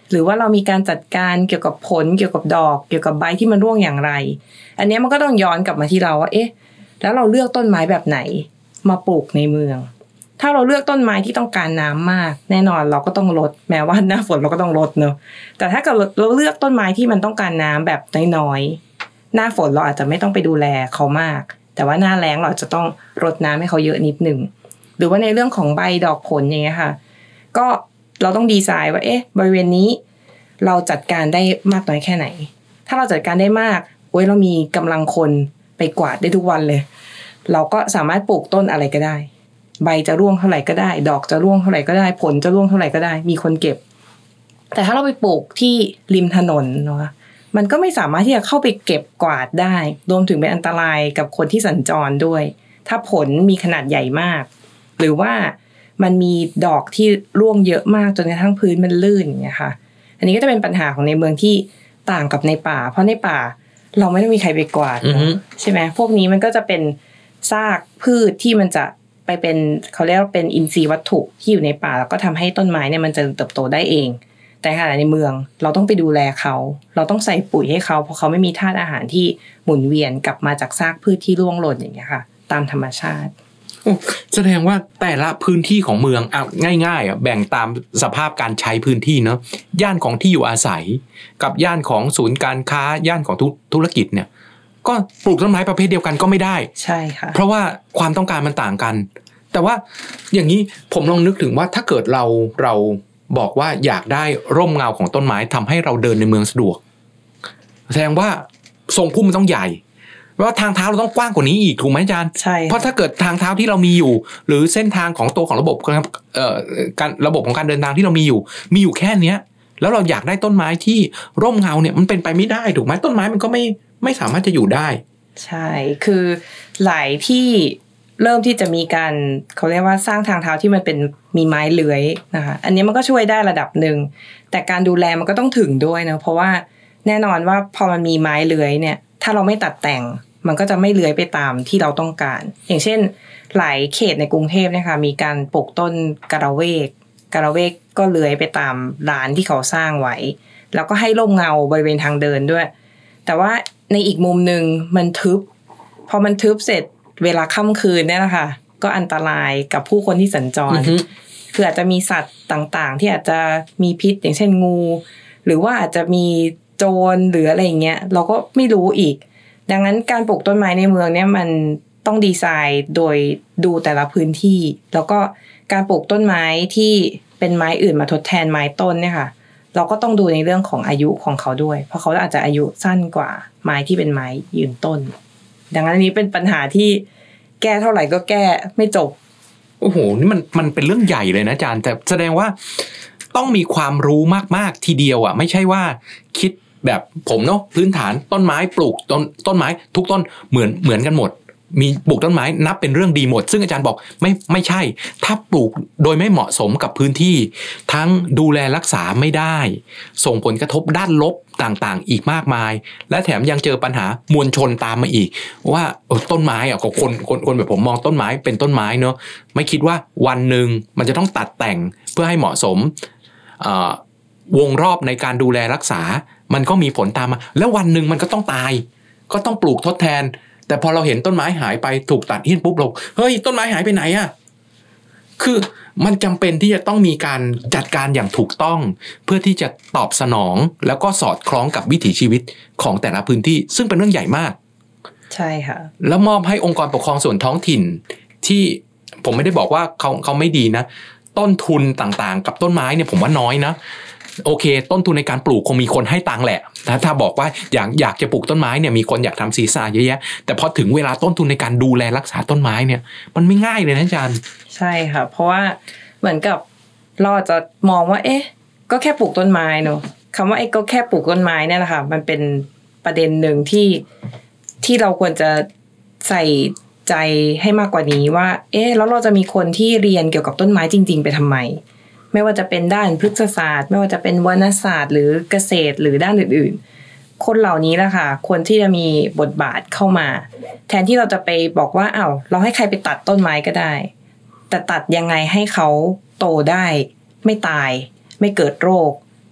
หรือว่าเรามีการจัดการเกี่ยวกับผลเกี่ยวกับดอกเกี่ยวกับใบที่มันร่วงอย่างไรอันนี้มันก็ต้องย้อนกลับมาที่เราว่าเอ๊ะแล้วเราเลือกต้นไม้แบบไหนมาปลูกในเมืองถ้าเราเลือกต้นไม้ที่ต้องการน้ำมากแน่นอนเราก็ต้องลดแม้ว่าหน้าฝนเราก็ต้องลดเนอะแต่ถ้าเกิดเราเลือกต้นไม้ที่มันต้องการน้ำแบบน้อยๆหน้าฝนเราอาจจะไม่ต้องไปดูแลเขามากแต่ว่าหน้าแล้งเราจะต้องรดน้ำให้เขาเยอะนิดนึงหรือว่าในเรื่องของใบดอกผลอย่างเงี้ยค่ะก็เราต้องดีไซน์ว่าเอ๊ะบริเวณนี้เราจัดการได้มากน้อยแค่ไหนถ้าเราจัดการได้มากเรามีกำลังคนไปกวาดได้ทุกวันเลยเราก็สามารถปลูกต้นอะไรก็ได้ใบจะร่วงเท่าไหร่ก็ได้ดอกจะร่วงเท่าไหร่ก็ได้ผลจะร่วงเท่าไหร่ก็ได้มีคนเก็บแต่ถ้าเราไปปลูกที่ริมถนนเนาะมันก็ไม่สามารถที่จะเข้าไปเก็บกวาดได้รวมถึงเป็นอันตรายกับคนที่สัญจรด้วยถ้าผลมีขนาดใหญ่มากหรือว่ามันมีดอกที่ร่วงเยอะมากจนกระทั่งพื้นมันลื่นอย่างเงี้ยค่ะอันนี้ก็จะเป็นปัญหาของในเมืองที่ต่างกับในป่าเพราะในป่าเราไม่ต้องมีใครไปกวาดใช่ไหมพวกนี้มันก็จะเป็นซากพืชที่มันจะไปเป็นเขาเรียกว่าเป็นอินทรีย์วัตถุที่อยู่ในป่าแล้วก็ทำให้ต้นไม้เนี่ยมันจะเติบโตได้เองแต่ขณะในเมืองเราต้องไปดูแลเขาเราต้องใส่ปุ๋ยให้เขาเพราะเขาไม่มีธาตุอาหารที่หมุนเวียนกลับมาจากซากพืชที่ร่วงหล่นอย่างเงี้ยค่ะตามธรรมชาติแสดงว่าแต่ละพื้นที่ของเมืองง่ายๆแบ่งตามสภาพการใช้พื้นที่เนาะย่านของที่อยู่อาศัยกับย่านของศูนย์การค้าย่านของธุรกิจเนี่ยก็ปลูกต้นไม้ประเภทเดียวกันก็ไม่ได้ใช่ค่ะเพราะว่าความต้องการมันต่างกันแต่ว่าอย่างนี้ผมลองนึกถึงว่าถ้าเกิดเราบอกว่าอยากได้ร่มเงาของต้นไม้ทำให้เราเดินในเมืองสะดวกแสดงว่าทรงพุ่มมันต้องใหญ่ว่าทางเท้าเราต้องกว้างกว่านี้อีกถูกไหมอาจารย์ใช่เพราะถ้าเกิดทางเท้าที่เรามีอยู่หรือเส้นทางของตัวของระบบการระบบของการเดินทางที่เรามีอยู่แค่เนี้ยแล้วเราอยากได้ต้นไม้ที่ร่มเงาเนี่ยมันเป็นไปไม่ได้ถูกไหมต้นไม้มันก็ไม่สามารถจะอยู่ได้ใช่คือหลายที่เริ่มที่จะมีการเขาเรียกว่าสร้างทางเท้าที่มันเป็นมีไม้เลื้อยนะคะอันนี้มันก็ช่วยได้ระดับนึงแต่การดูแลมันก็ต้องถึงด้วยนะเพราะว่าแน่นอนว่าพอมันมีไม้เลื้อยเนี่ยถ้าเราไม่ตัดแต่งมันก็จะไม่เลื้อยไปตามที่เราต้องการอย่างเช่นหลายเขตในกรุงเทพนะคะมีการปลูกต้นกระเวกก็เลื้อยไปตามลานที่เขาสร้างไว้แล้วก็ให้ร่มเงาบริเวณทางเดินด้วยแต่ว่าในอีกมุมนึงมันทึบพอมันทึบเสร็จเวลาค่ำคืนเนี่ยนะคะก็อันตรายกับผู้คนที่สัญจรคืออาจจะมีสัตว์ต่างๆที่อาจจะมีพิษอย่างเช่นงูหรือว่าอาจจะมีโจรหรืออะไรอย่างเงี้ยเราก็ไม่รู้อีกดังนั้นการปลูกต้นไม้ในเมืองเนี่ยมันต้องดีไซน์โดยดูแต่ละพื้นที่แล้วก็การปลูกต้นไม้ที่เป็นไม้อื่นมาทดแทนไม้ต้นเนี่ยค่ะเราก็ต้องดูในเรื่องของอายุของเขาด้วยเพราะเขาอาจจะอายุสั้นกว่าไม้ที่เป็นไม้ยืนต้นดังนั้นอันนี้เป็นปัญหาที่แก้เท่าไหร่ก็แก้ไม่จบโอ้โหนี่มันเป็นเรื่องใหญ่เลยนะอาจารย์แต่แสดงว่าต้องมีความรู้มากๆทีเดียวอ่ะไม่ใช่ว่าคิดแบบผมเนาะพื้นฐานต้นไม้ปลูกต้นไม้ทุกต้นเหมือนกันหมดมีปลูกต้นไม้นับเป็นเรื่องดีหมดซึ่งอาจารย์บอกไม่ใช่ถ้าปลูกโดยไม่เหมาะสมกับพื้นที่ทั้งดูแลรักษาไม่ได้ส่งผลกระทบด้านลบต่างๆอีกมากมายและแถมยังเจอปัญหามวลชนตามมาอีกว่าต้นไม้อ่ะก็คนแบบผมมองต้นไม้เป็นต้นไม้เนาะไม่คิดว่าวันนึงมันจะต้องตัดแต่งเพื่อให้เหมาะสมวงรอบในการดูแลรักษามันก็มีผลตามมาแล้ววันนึงมันก็ต้องตายก็ต้องปลูกทดแทนแต่พอเราเห็นต้นไม้หายไปถูกตัดหิ้นปุ๊บเราเฮ้ยต้นไม้หายไปไหนอ่ะคือมันจำเป็นที่จะต้องมีการจัดการอย่างถูกต้องเพื่อที่จะตอบสนองแล้วก็สอดคล้องกับวิถีชีวิตของแต่ละพื้นที่ซึ่งเป็นเรื่องใหญ่มากใช่ค่ะแล้วมอบให้องค์กรปกครองส่วนท้องถิ่นที่ผมไม่ได้บอกว่าเขาไม่ดีนะต้นทุนต่างๆกับต้นไม้เนี่ยผมว่าน้อยนะโอเคต้นทุนในการปลูกคงมีคนให้ตังค์แหละถ้าบอกว่าอยากจะปลูกต้นไม้เนี่ยมีคนอยากทำซีซ่าเยอะแยะแต่พอถึงเวลาต้นทุนในการดูแลรักษาต้นไม้เนี่ยมันไม่ง่ายเลยนะอาจารย์ใช่ค่ะเพราะว่าเหมือนกับเราจะมองว่าก็แค่ปลูกต้นไม้เนอะคำว่าก็แค่ปลูกต้นไม้เนี่ยแหละค่ะมันเป็นประเด็นหนึ่งที่เราควรจะใส่ใจให้มากกว่านี้ว่าแล้วเราจะมีคนที่เรียนเกี่ยวกับต้นไม้จริงๆไปทำไมไม่ว่าจะเป็นด้านพฤกษศาสตร์ไม่ว่าจะเป็นวรรณศาสตร์หรือเกษตรหรือด้านอื่นๆคนเหล่านี้แหละค่ะควรที่จะมีบทบาทเข้ามาแทนที่เราจะไปบอกว่าเราให้ใครไปตัดต้นไม้ก็ได้แต่ตัดยังไงให้เขาโตได้ไม่ตายไม่เกิดโรค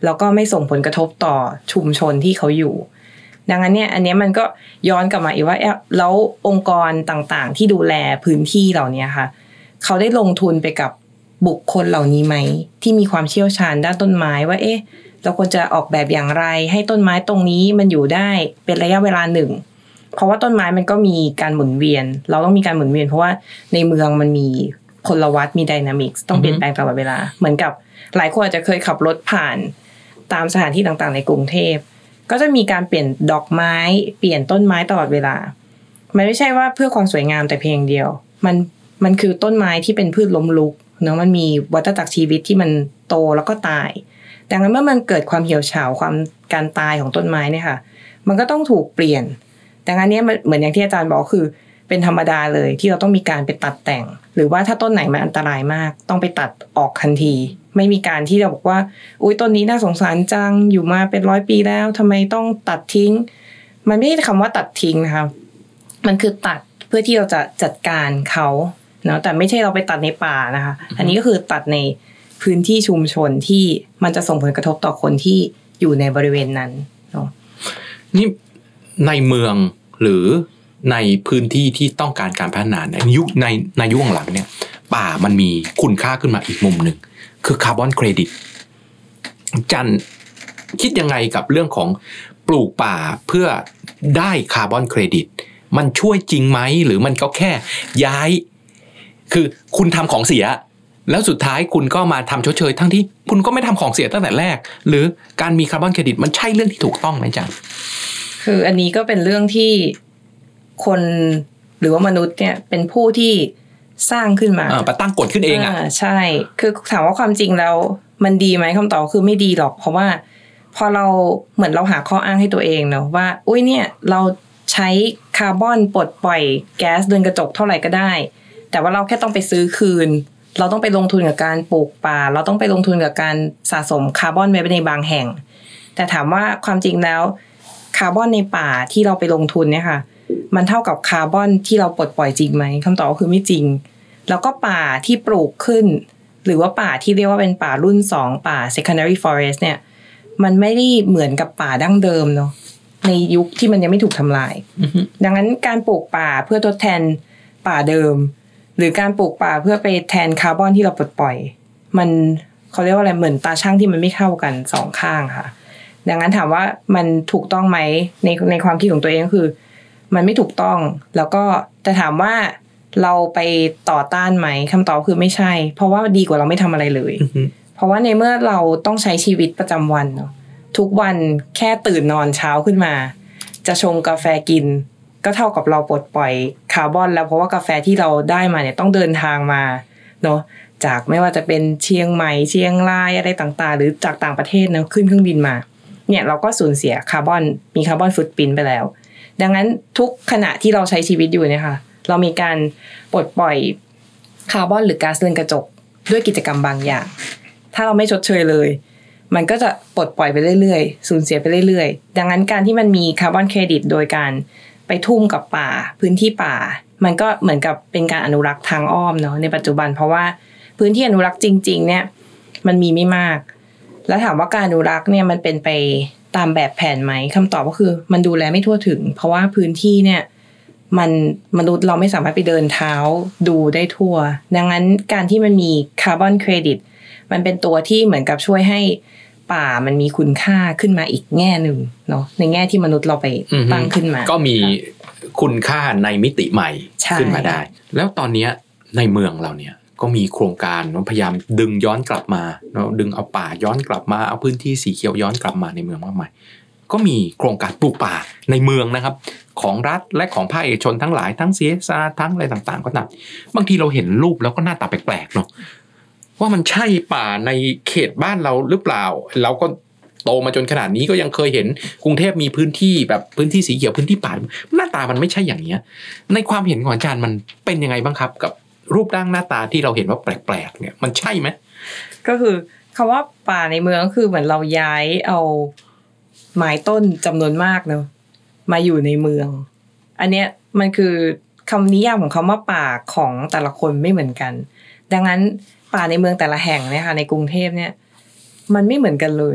แล้วก็ไม่ส่งผลกระทบต่อชุมชนที่เขาอยู่ดังนั้นเนี่ยอันนี้มันก็ย้อนกลับมาอีกว่าแล้วองค์กรต่างๆที่ดูแลพื้นที่เหล่านี้ค่ะเขาได้ลงทุนไปกับบุคคลเหล่านี้ไหมที่มีความเชี่ยวชาญด้านต้นไม้ว่าเราควรจะออกแบบอย่างไรให้ต้นไม้ตรงนี้มันอยู่ได้เป็นระยะเวลาหนึ่งเพราะว่าต้นไม้มันก็มีการหมุนเวียนเราต้องมีการหมุนเวียนเพราะว่าในเมืองมันมีพลวัตมีไดนามิกส์ต้องเปลี่ยนแปลงตลอดเวลาเหมือนกับหลายคนอาจจะเคยขับรถผ่านตามสถานที่ต่างๆในกรุงเทพก็จะมีการเปลี่ยนดอกไม้เปลี่ยนต้นไม้ตลอดเวลามันไม่ใช่ว่าเพื่อความสวยงามแต่เพียงเดียวมันคือต้นไม้ที่เป็นพืชล้มลุกเนอะมันมีวัฏจักรชีวิตที่มันโตแล้วก็ตายดังนั้นเมื่อมันเกิดความเหี่ยวเฉาความการตายของต้นไม้เนี่ยค่ะมันก็ต้องถูกเปลี่ยนดังนั้นเนี่ยเหมือนอย่างที่อาจารย์บอกคือเป็นธรรมดาเลยที่เราต้องมีการไปตัดแต่งหรือว่าถ้าต้นไหนมันอันตรายมากต้องไปตัดออกทันทีไม่มีการที่เราบอกว่าอุ๊ยต้นนี้น่าสงสารจังอยู่มาเป็น100 ปีแล้วทำไมต้องตัดทิ้งมันไม่ใช่คำว่าตัดทิ้งนะคะมันคือตัดเพื่อที่เราจะจัดการเขาเนาะแต่ไม่ใช่เราไปตัดในป่านะคะอันนี้ก็คือตัดในพื้นที่ชุมชนที่มันจะส่งผลกระทบต่อคนที่อยู่ในบริเวณนั้นเนาะนี่ในเมืองหรือในพื้นที่ที่ต้องการการพัฒนาในยุคหลังเนี่ยป่ามันมีคุณค่าขึ้นมาอีกมุมหนึ่งคือคาร์บอนเครดิตจันคิดยังไงกับเรื่องของปลูกป่าเพื่อได้คาร์บอนเครดิตมันช่วยจริงไหมหรือมันก็แค่ย้ายคือคุณทำของเสียแล้วสุดท้ายคุณก็มาทำชดเชยทั้งที่คุณก็ไม่ทำของเสียตั้งแต่แรกหรือการมีคาร์บอนเครดิตมันใช่เรื่องที่ถูกต้องไหมจันคืออันนี้ก็เป็นเรื่องที่คนหรือว่ามนุษย์เนี่ยเป็นผู้ที่สร้างขึ้นมาไปตั้งกฎขึ้นเองใช่คือถามว่าความจริงแล้วมันดีไหมคำตอบคือไม่ดีหรอกเพราะว่าพอเราเหมือนเราหาข้ออ้างให้ตัวเองเนาะว่าอุ้ยเนี่ยเราใช้คาร์บอนปลดปล่อยแก๊สเรือนกระจกเท่าไหร่ก็ได้แต่ว่าเราแค่ต้องไปซื้อคืนเราต้องไปลงทุนกับการปลูกป่าเราต้องไปลงทุนกับการสะสมคาร์บอนไว้ในบางแห่งแต่ถามว่าความจริงแล้วคาร์บอนในป่าที่เราไปลงทุนเนี่ยค่ะมันเท่ากับคาร์บอนที่เราปลดปล่อยจริงไหมคำตอบก็คือไม่จริงแล้วก็ป่าที่ปลูกขึ้นหรือว่าป่าที่เรียกว่าเป็นป่ารุ่น2ป่า secondary forest เนี่ยมันไม่ได้เหมือนกับป่าดั้งเดิมเนาะในยุคที่มันยังไม่ถูกทำลาย ดังนั้นการปลูกป่าเพื่อทดแทนป่าเดิมหรือการปลูกป่าเพื่อไปแทนคาร์บอนที่เราปลดปล่อยมันเขาเรียกว่าอะไรเหมือนตาช่างที่มันไม่เข้ากัน2ข้างค่ะดังนั้นถามว่ามันถูกต้องไหมในความคิดของตัวเองก็คือมันไม่ถูกต้องแล้วก็แต่ถามว่าเราไปต่อต้านไหมคำตอบคือไม่ใช่เพราะว่าดีกว่าเราไม่ทำอะไรเลย เพราะว่าในเมื่อเราต้องใช้ชีวิตประจำวันเนาะทุกวันแค่ตื่นนอนเช้าขึ้นมาจะชงกาแฟกินก็เท่ากับเราปลดปล่อยคาร์บอนแล้วเพราะว่ากาแฟที่เราได้มาเนี่ยต้องเดินทางมาเนาะจากไม่ว่าจะเป็นเชียงใหม่เชียงรายอะไรต่างๆหรือจากต่างประเทศเนาะขึ้นเครื่องบินมาเนี่ยเราก็สูญเสียคาร์บอนมีคาร์บอนฟุตพริ้นท์ไปแล้วดังนั้นทุกขณะที่เราใช้ชีวิตอยู่เนี่ยค่ะเรามีการปลดปล่อยคาร์บอนหรือก๊าซเรือนกระจกด้วยกิจกรรมบางอย่างถ้าเราไม่ชดเชยเลยมันก็จะปลดปล่อยไปเรื่อยๆสูญเสียไปเรื่อยๆดังนั้นการที่มันมีคาร์บอนเครดิตโดยการไปทุ่มกับป่าพื้นที่ป่ามันก็เหมือนกับเป็นการอนุรักษ์ทางอ้อมเนาะในปัจจุบันเพราะว่าพื้นที่อนุรักษ์จริงๆเนี่ยมันมีไม่มากแล้วถามว่าการอนุรักษ์เนี่ยมันเป็นไปตามแบบแผนไหมคำตอบก็คือมันดูแลไม่ทั่วถึงเพราะว่าพื้นที่เนี่ยมนุษย์เราไม่สามารถไปเดินเท้าดูได้ทั่วดังนั้นการที่มันมีคาร์บอนเครดิตมันเป็นตัวที่เหมือนกับช่วยให้ป่ามันมีคุณค่าขึ้นมาอีกแง่หนึ่งเนาะในแง่ที่มนุษย์เราไปตั้งขึ้นมาก็มีคุณค่าในมิติใหม่ขึ้นมาได้แล้วตอนนี้ในเมืองเราเนี่ยก็มีโครงการพยายามดึงย้อนกลับมาเนาะดึงเอาป่าย้อนกลับมาเอาพื้นที่สีเขียวย้อนกลับมาในเมืองมากมายก็มีโครงการปลูกป่าในเมืองนะครับของรัฐและของภาคเอกชนทั้งหลายทั้ง CSR ทั้งอะไรต่างๆก็ตามบางทีเราเห็นรูปแล้วก็หน้าตาแปลกๆเนาะว่ามันใช่ป่าในเขตบ้านเราหรือเปล่าเราก็โตมาจนขนาดนี้ก็ยังเคยเห็นกรุงเทพมีพื้นที่แบบพื้นที่สีเขียวพื้นที่ป่าหน้าตามันไม่ใช่อย่างนี้ในความเห็นของอาจารย์มันเป็นยังไงบ้างครับกับรูปร่างหน้าตาที่เราเห็นว่าแปลกๆเนี่ยมันใช่ไหมก็คือคำว่าป่าในเมืองก็คือเหมือนเราย้ายเอาไม้ต้นจำนวนมากเนอะมาอยู่ในเมืองอันเนี้ยมันคือคำนิยามของคำว่าป่าของแต่ละคนไม่เหมือนกันดังนั้นป่าในเมืองแต่ละแห่งเนี่ยค่ะในกรุงเทพเนี่ยมันไม่เหมือนกันเลย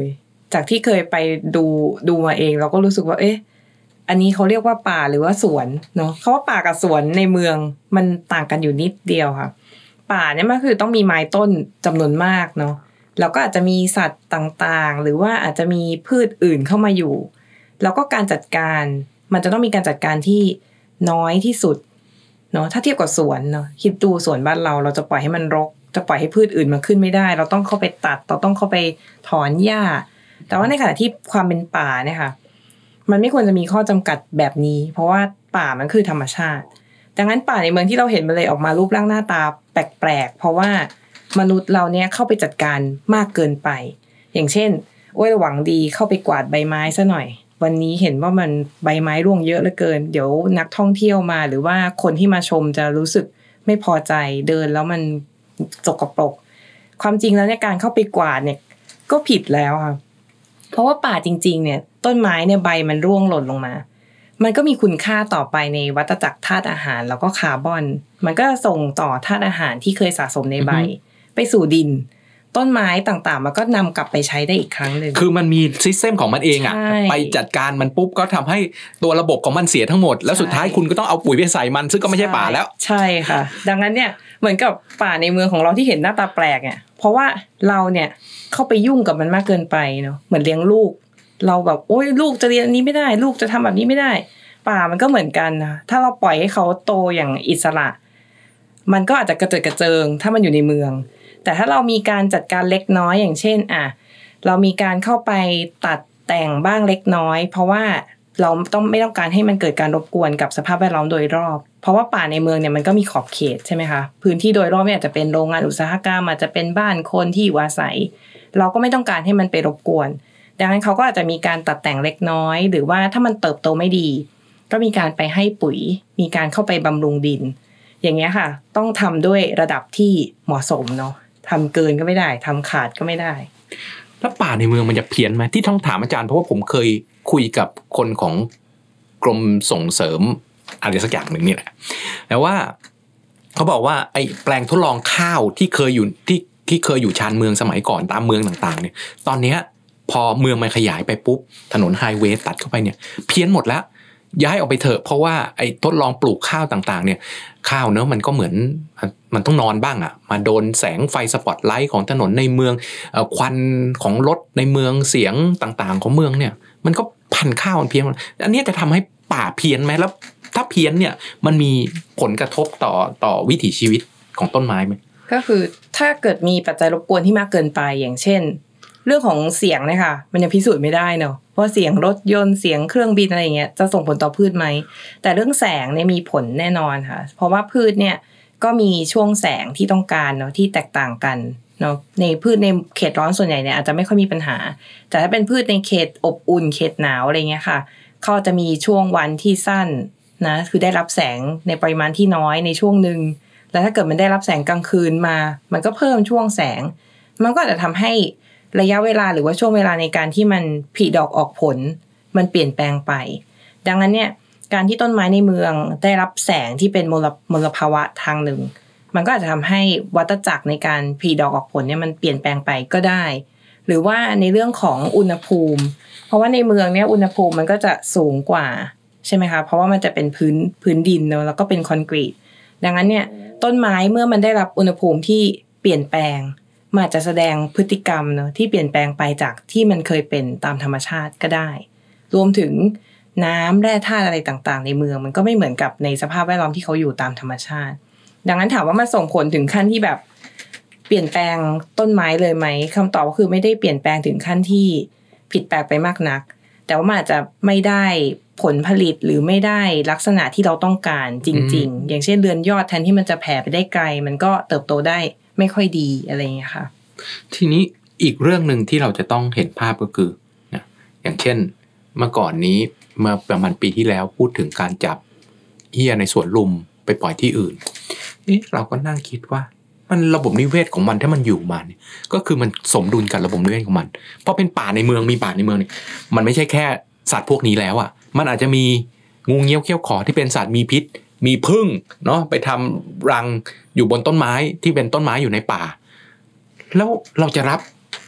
จากที่เคยไปดูมาเองเราก็รู้สึกว่าอันนี้เขาเรียกว่าป่าหรือว่าสวนเนาะเขาว่าป่ากับสวนในเมืองมันต่างกันอยู่นิดเดียวค่ะป่าเนี่ยมันคือต้องมีไม้ต้นจำนวนมากเนาะแล้วก็อาจจะมีสัตว์ต่างๆหรือว่าอาจจะมีพืชอื่นเข้ามาอยู่แล้วก็การจัดการมันจะต้องมีการจัดการที่น้อยที่สุดเนาะถ้าเทียบกับสวนเนาะคิดดูสวนบ้านเราจะปล่อยให้มันรกจะปล่อยให้พืชอื่นมาขึ้นไม่ได้เราต้องเข้าไปตัดเราต้องเข้าไปถอนหญ้าแต่ว่าในขณะที่ความเป็นป่าเนี่ยค่ะมันไม่ควรจะมีข้อจำกัดแบบนี้เพราะว่าป่ามันคือธรรมชาติดังนั้นป่าในเมืองที่เราเห็นมันเลยออกมารูปร่างหน้าตาแปลกๆเพราะว่ามนุษย์เราเนี่ยเข้าไปจัดการมากเกินไปอย่างเช่นหวังดีเข้าไปกวาดใบไม้ซะหน่อยวันนี้เห็นว่ามันใบไม้ร่วงเยอะเหลือเกินเดี๋ยวนักท่องเที่ยวมาหรือว่าคนที่มาชมจะรู้สึกไม่พอใจเดินแล้วมันสกปรกความจริงแล้วเนี่ยการเข้าไปกวาดเนี่ยก็ผิดแล้วค่ะเพราะว่าป่าจริงๆเนี่ยต้นไม้เนี่ยใบมันร่วงหล่นลงมามันก็มีคุณค่าต่อไปในวัฏจักรธาตุอาหารแล้วก็คาร์บอนมันก็ส่งต่อธาตุอาหารที่เคยสะสมในใบไปสู่ดินต้นไม้ต่างๆมันก็นำกลับไปใช้ได้อีกครั้งนึงคือมันมีซิสเต็มของมันเองอ่ะไปจัดการมันปุ๊บก็ทำให้ตัวระบบของมันเสียทั้งหมดแล้วสุดท้ายคุณก็ต้องเอาปุ๋ยไปใส่มันซึ่งก็ไม่ใช่ป่าแล้วใช่ค่ะดังนั้นเนี่ยเหมือนกับป่าในเมืองของเราที่เห็นหน้าตาแปลกเนี่ยเพราะว่าเราเนี่ยเข้าไปยุ่งกับมันมากเกินไปเนาะเหมือนเลี้ยงลูกเราแบบโอ๊ยลูกจะเรียนอันนี้ไม่ได้ลูกจะทำแบบนี้ไม่ได้ป่ามันก็เหมือนกันนะถ้าเราปล่อยให้เขาโตอย่างอิสระมันก็อาจจะกระเจิดกระเจิงถ้ามันอยู่ในเมืองแต่ถ้าเรามีการจัดการเล็กน้อยอย่างเช่นเรามีการเข้าไปตัดแต่งบ้างเล็กน้อยเพราะว่าเราไม่ต้องการให้มันเกิดการรบกวนกับสภาพแวดล้อมโดยรอบเพราะว่าป่าในเมืองเนี่ยมันก็มีขอบเขตใช่ไหมคะพื้นที่โดยรอบเนี่ยอาจจะเป็นโรงงานอุตสาหกรรมอาจจะเป็นบ้านคนที่อยู่อาศัยเราก็ไม่ต้องการให้มันไปรบกวนดังนั้นเขาก็อาจจะมีการตัดแต่งเล็กน้อยหรือว่าถ้ามันเติบโตไม่ดีก็มีการไปให้ปุ๋ยมีการเข้าไปบำรุงดินอย่างเงี้ยค่ะต้องทำด้วยระดับที่เหมาะสมเนาะทำเกินก็ไม่ได้ทำขาดก็ไม่ได้แล้วป่าในเมืองมันจะเพี้ยนไหมที่ต้องถามอาจารย์เพราะว่าผมเคยคุยกับคนของกรมส่งเสริมอะไรสักอย่างหนึ่งนี่แหละแต่ว่าเขาบอกว่าไอ้แปลงทดลองข้าวที่เคยอยู่ชานเมืองสมัยก่อนตามเมืองต่างๆเนี่ยตอนนี้พอเมืองมันขยายไปปุ๊บถนนไฮเวย์ตัดเข้าไปเนี่ยเพี้ยนหมดแล้วย้ายออกไปเถอะเพราะว่าไอ้ทดลองปลูกข้าวต่างๆเนี่ยข้าวเนอะมันก็เหมือนมันต้องนอนบ้างอ่ะมาโดนแสงไฟสปอตไลท์ของถนนในเมืองควันของรถในเมืองเสียงต่างๆของเมืองเนี่ยมันก็พันข้าวมันเพี้ยนอันนี้จะทำให้ป่าเพี้ยนไหมแล้วถ้าเพี้ยนเนี่ยมันมีผลกระทบต่อวิถีชีวิตของต้นไม้ไหมก็คือถ้าเกิดมีปัจจัยรบกวนที่มากเกินไปอย่างเช่นเรื่องของเสียงเนี่ยค่ะมันยังพิสูจน์ไม่ได้เนาะว่าเสียงรถยนต์เสียงเครื่องบินอะไรอย่างเงี้ยจะส่งผลต่อพืชไหมแต่เรื่องแสงเนี่ยมีผลแน่นอนค่ะเพราะว่าพืชเนี่ยก็มีช่วงแสงที่ต้องการเนาะที่แตกต่างกันเนาะในพืชในเขตร้อนส่วนใหญ่เนี่ยอาจจะไม่ค่อยมีปัญหาแต่ถ้าเป็นพืชในเขตอบอุ่นเขตหนาวอะไรเงี้ยค่ะเขาจะมีช่วงวันที่สั้นนะคือได้รับแสงในปริมาณที่น้อยในช่วงนึงแล้วถ้าเกิดมันได้รับแสงกลางคืนมามันก็เพิ่มช่วงแสงมันก็อาจจะทำให้ระยะเวลาหรือว่าช่วงเวลาในการที่มันผลิดอกออกผลมันเปลี่ยนแปลงไปดังนั้นเนี่ยการที่ต้นไม้ในเมืองได้รับแสงที่เป็นมลภาวะทางหนึ่งมันก็อาจจะทำให้วัฏจักรในการผลิดอกออกผลเนี่ยมันเปลี่ยนแปลงไปก็ได้หรือว่าในเรื่องของอุณหภูมิเพราะว่าในเมืองเนี่ยอุณหภูมิมันก็จะสูงกว่าใช่ไหมคะเพราะว่ามันจะเป็นพื้นดินเนอะแล้วก็เป็นคอนกรีตดังนั้นเนี่ยต้นไม้เมื่อมันได้รับอุณหภูมิที่เปลี่ยนแปลงมันอาจจะแสดงพฤติกรรมเนอะที่เปลี่ยนแปลงไปจากที่มันเคยเป็นตามธรรมชาติก็ได้รวมถึงน้ำแร่ธาตุอะไรต่างๆในเมืองมันก็ไม่เหมือนกับในสภาพแวดล้อมที่เขาอยู่ตามธรรมชาติดังนั้นถามว่ามันส่งผลถึงขั้นที่แบบเปลี่ยนแปลงต้นไม้เลยไหมคำตอบก็คือไม่ได้เปลี่ยนแปลงถึงขั้นที่ผิดแปลกไปมากนักแต่ว่ามันอาจจะไม่ได้ผลผลิตหรือไม่ได้ลักษณะที่เราต้องการจริงๆอย่างเช่นเรือนยอดแทนที่มันจะแผ่ไปได้ไกลมันก็เติบโตได้ไม่ค่อยดีอะไรอย่างเงี้ยค่ะทีนี้อีกเรื่องนึงที่เราจะต้องเห็นภาพก็คือนะอย่างเช่นเมื่อก่อนนี้เมื่อประมาณปีที่แล้วพูดถึงการจับเหี้ยในสวนลุมไปปล่อยที่อื่นเราก็นั่งคิดว่ามันระบบนิเวศของมันถ้ามันอยู่มาเนี่ยก็คือมันสมดุลกับระบบนิเวศของมันเพราะเป็นป่าในเมืองมีป่าในเมืองเนี่ยมันไม่ใช่แค่สัตว์พวกนี้แล้วอ่ะมันอาจจะมีงูเงี้ยวเขี้ยวขอที่เป็นสัตว์มีพิษมีผึ้งเนาะไปทำรังอยู่บนต้นไม้ที่เป็นต้นไม้อยู่ในป่าแล้วเราจะรับ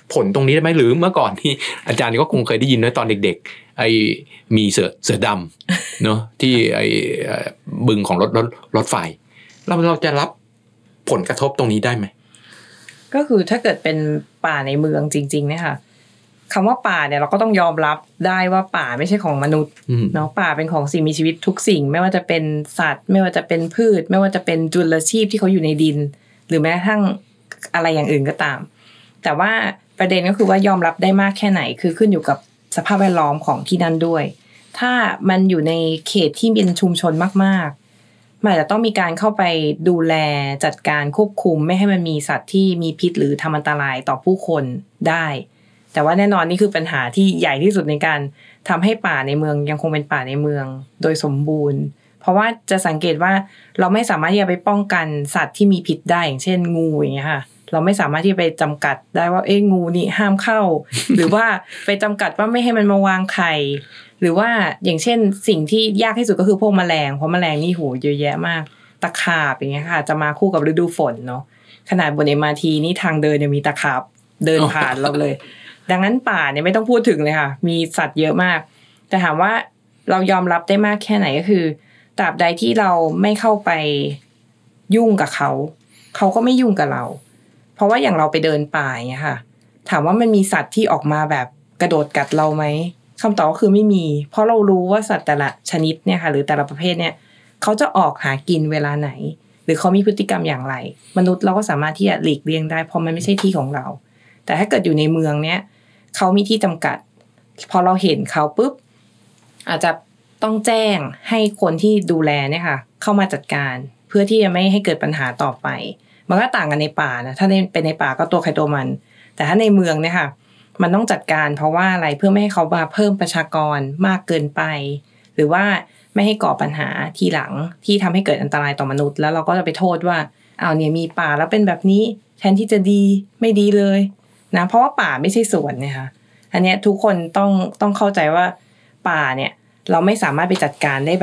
ผลตรงนี้ได้ไหมหรือเมื่อก่อนที่อาจารย์ก็คงเคยได้ยินนะตอนเด็กๆไอ้มีเสือดำเนาะที่ไอ้บึงของรถไฟเราจะรับผลกระทบตรงนี้ได้ไหมก็คือถ้าเกิดเป็นป่าในเมืองจริงๆเนี่ยค่ะคำว่าป่าเนี่ยเราก็ต้องยอมรับได้ว่าป่าไม่ใช่ของมนุษย์เนาะป่าเป็นของสิ่งมีชีวิตทุกสิ่งไม่ว่าจะเป็นสัตว์ไม่ว่าจะเป็นพืชไม่ว่าจะเป็นจุลชีพที่เขาอยู่ในดินหรือแม้กระทั่งอะไรอย่างอื่นก็ตามแต่ว่าประเด็นก็คือว่ายอมรับได้มากแค่ไหนคือขึ้นอยู่กับสภาพแวดล้อมของที่นั่นด้วยถ้ามันอยู่ในเขตที่เป็นชุมชนมากๆมันอาจจะต้องมีการเข้าไปดูแลจัดการควบคุมไม่ให้มันมีสัตว์ที่มีพิษหรือทำอันตรายต่อผู้คนได้แต่ว่าแน่นอนนี่คือปัญหาที่ใหญ่ที่สุดในการทำให้ป่าในเมืองยังคงเป็นป่าในเมืองโดยสมบูรณ์เพราะว่าจะสังเกตว่าเราไม่สามารถที่จะไปป้องกันสัตว์ที่มีพิษได้อย่างเช่นงูอย่างเงี้ยค่ะเราไม่สามารถที่จะไปจำกัดได้ว่างูนี่ห้ามเข้า หรือว่าไปจำกัดว่าไม่ให้มันมาวางไข่หรือว่าอย่างเช่นสิ่งที่ยากที่สุดก็คือพวกแมลงเพราะแมลงนี่โหเยอะแยะมากตะขาบอย่างเงี้ยค่ะจะมาคู่กับฤดูฝนเนาะขนาดบน MRT นี่ทางเดินยังมีตะขาบเดินผ่านเราเลยดังนั้นป่าเนี่ยไม่ต้องพูดถึงเลยค่ะมีสัตว์เยอะมากแต่ถามว่าเรายอมรับได้มากแค่ไหนก็คือตราบใดที่เราไม่เข้าไปยุ่งกับเขาก็ไม่ยุ่งกับเราเพราะว่าอย่างเราไปเดินป่าอย่างเงี้ยค่ะถามว่ามันมีสัตว์ที่ออกมาแบบกระโดดกัดเราไหมคำตอบก็คือไม่มีเพราะเรารู้ว่าสัตว์แต่ละชนิดเนี่ยค่ะหรือแต่ละประเภทเนี่ยเขาจะออกหากินเวลาไหนหรือเขามีพฤติกรรมอย่างไรมนุษย์เราก็สามารถที่จะหลีกเลี่ยงได้เพราะมันไม่ใช่ที่ของเราแต่ถ้าเกิดอยู่ในเมืองเนี้ยเขามีที่จำกัดพอเราเห็นเขาปุ๊บอาจจะต้องแจ้งให้คนที่ดูแลเนี่ยค่ะเข้ามาจัดการเพื่อที่จะไม่ให้เกิดปัญหาต่อไปมันก็ต่างกันในป่านะถ้าเป็นในป่าก็ตัวใครตัวมันแต่ถ้าในเมืองเนี่ยค่ะมันต้องจัดการเพราะว่าอะไรเพื่อไม่ให้เขามาเพิ่มประชากรมากเกินไปหรือว่าไม่ให้ก่อปัญหาทีหลังที่ทำให้เกิดอันตรายต่อมนุษย์แล้วเราก็จะไปโทษว่าเนี่ยมีป่าแล้วเป็นแบบนี้แทนที่จะดีไม่ดีเลยนะเพราะว่าป่าไม่ใช่สวนนะคะอันนี้ทุกคนต้องเข้าใจว่าป่าเนี่ยเราไม่สามารถไปจัดการได้แบบ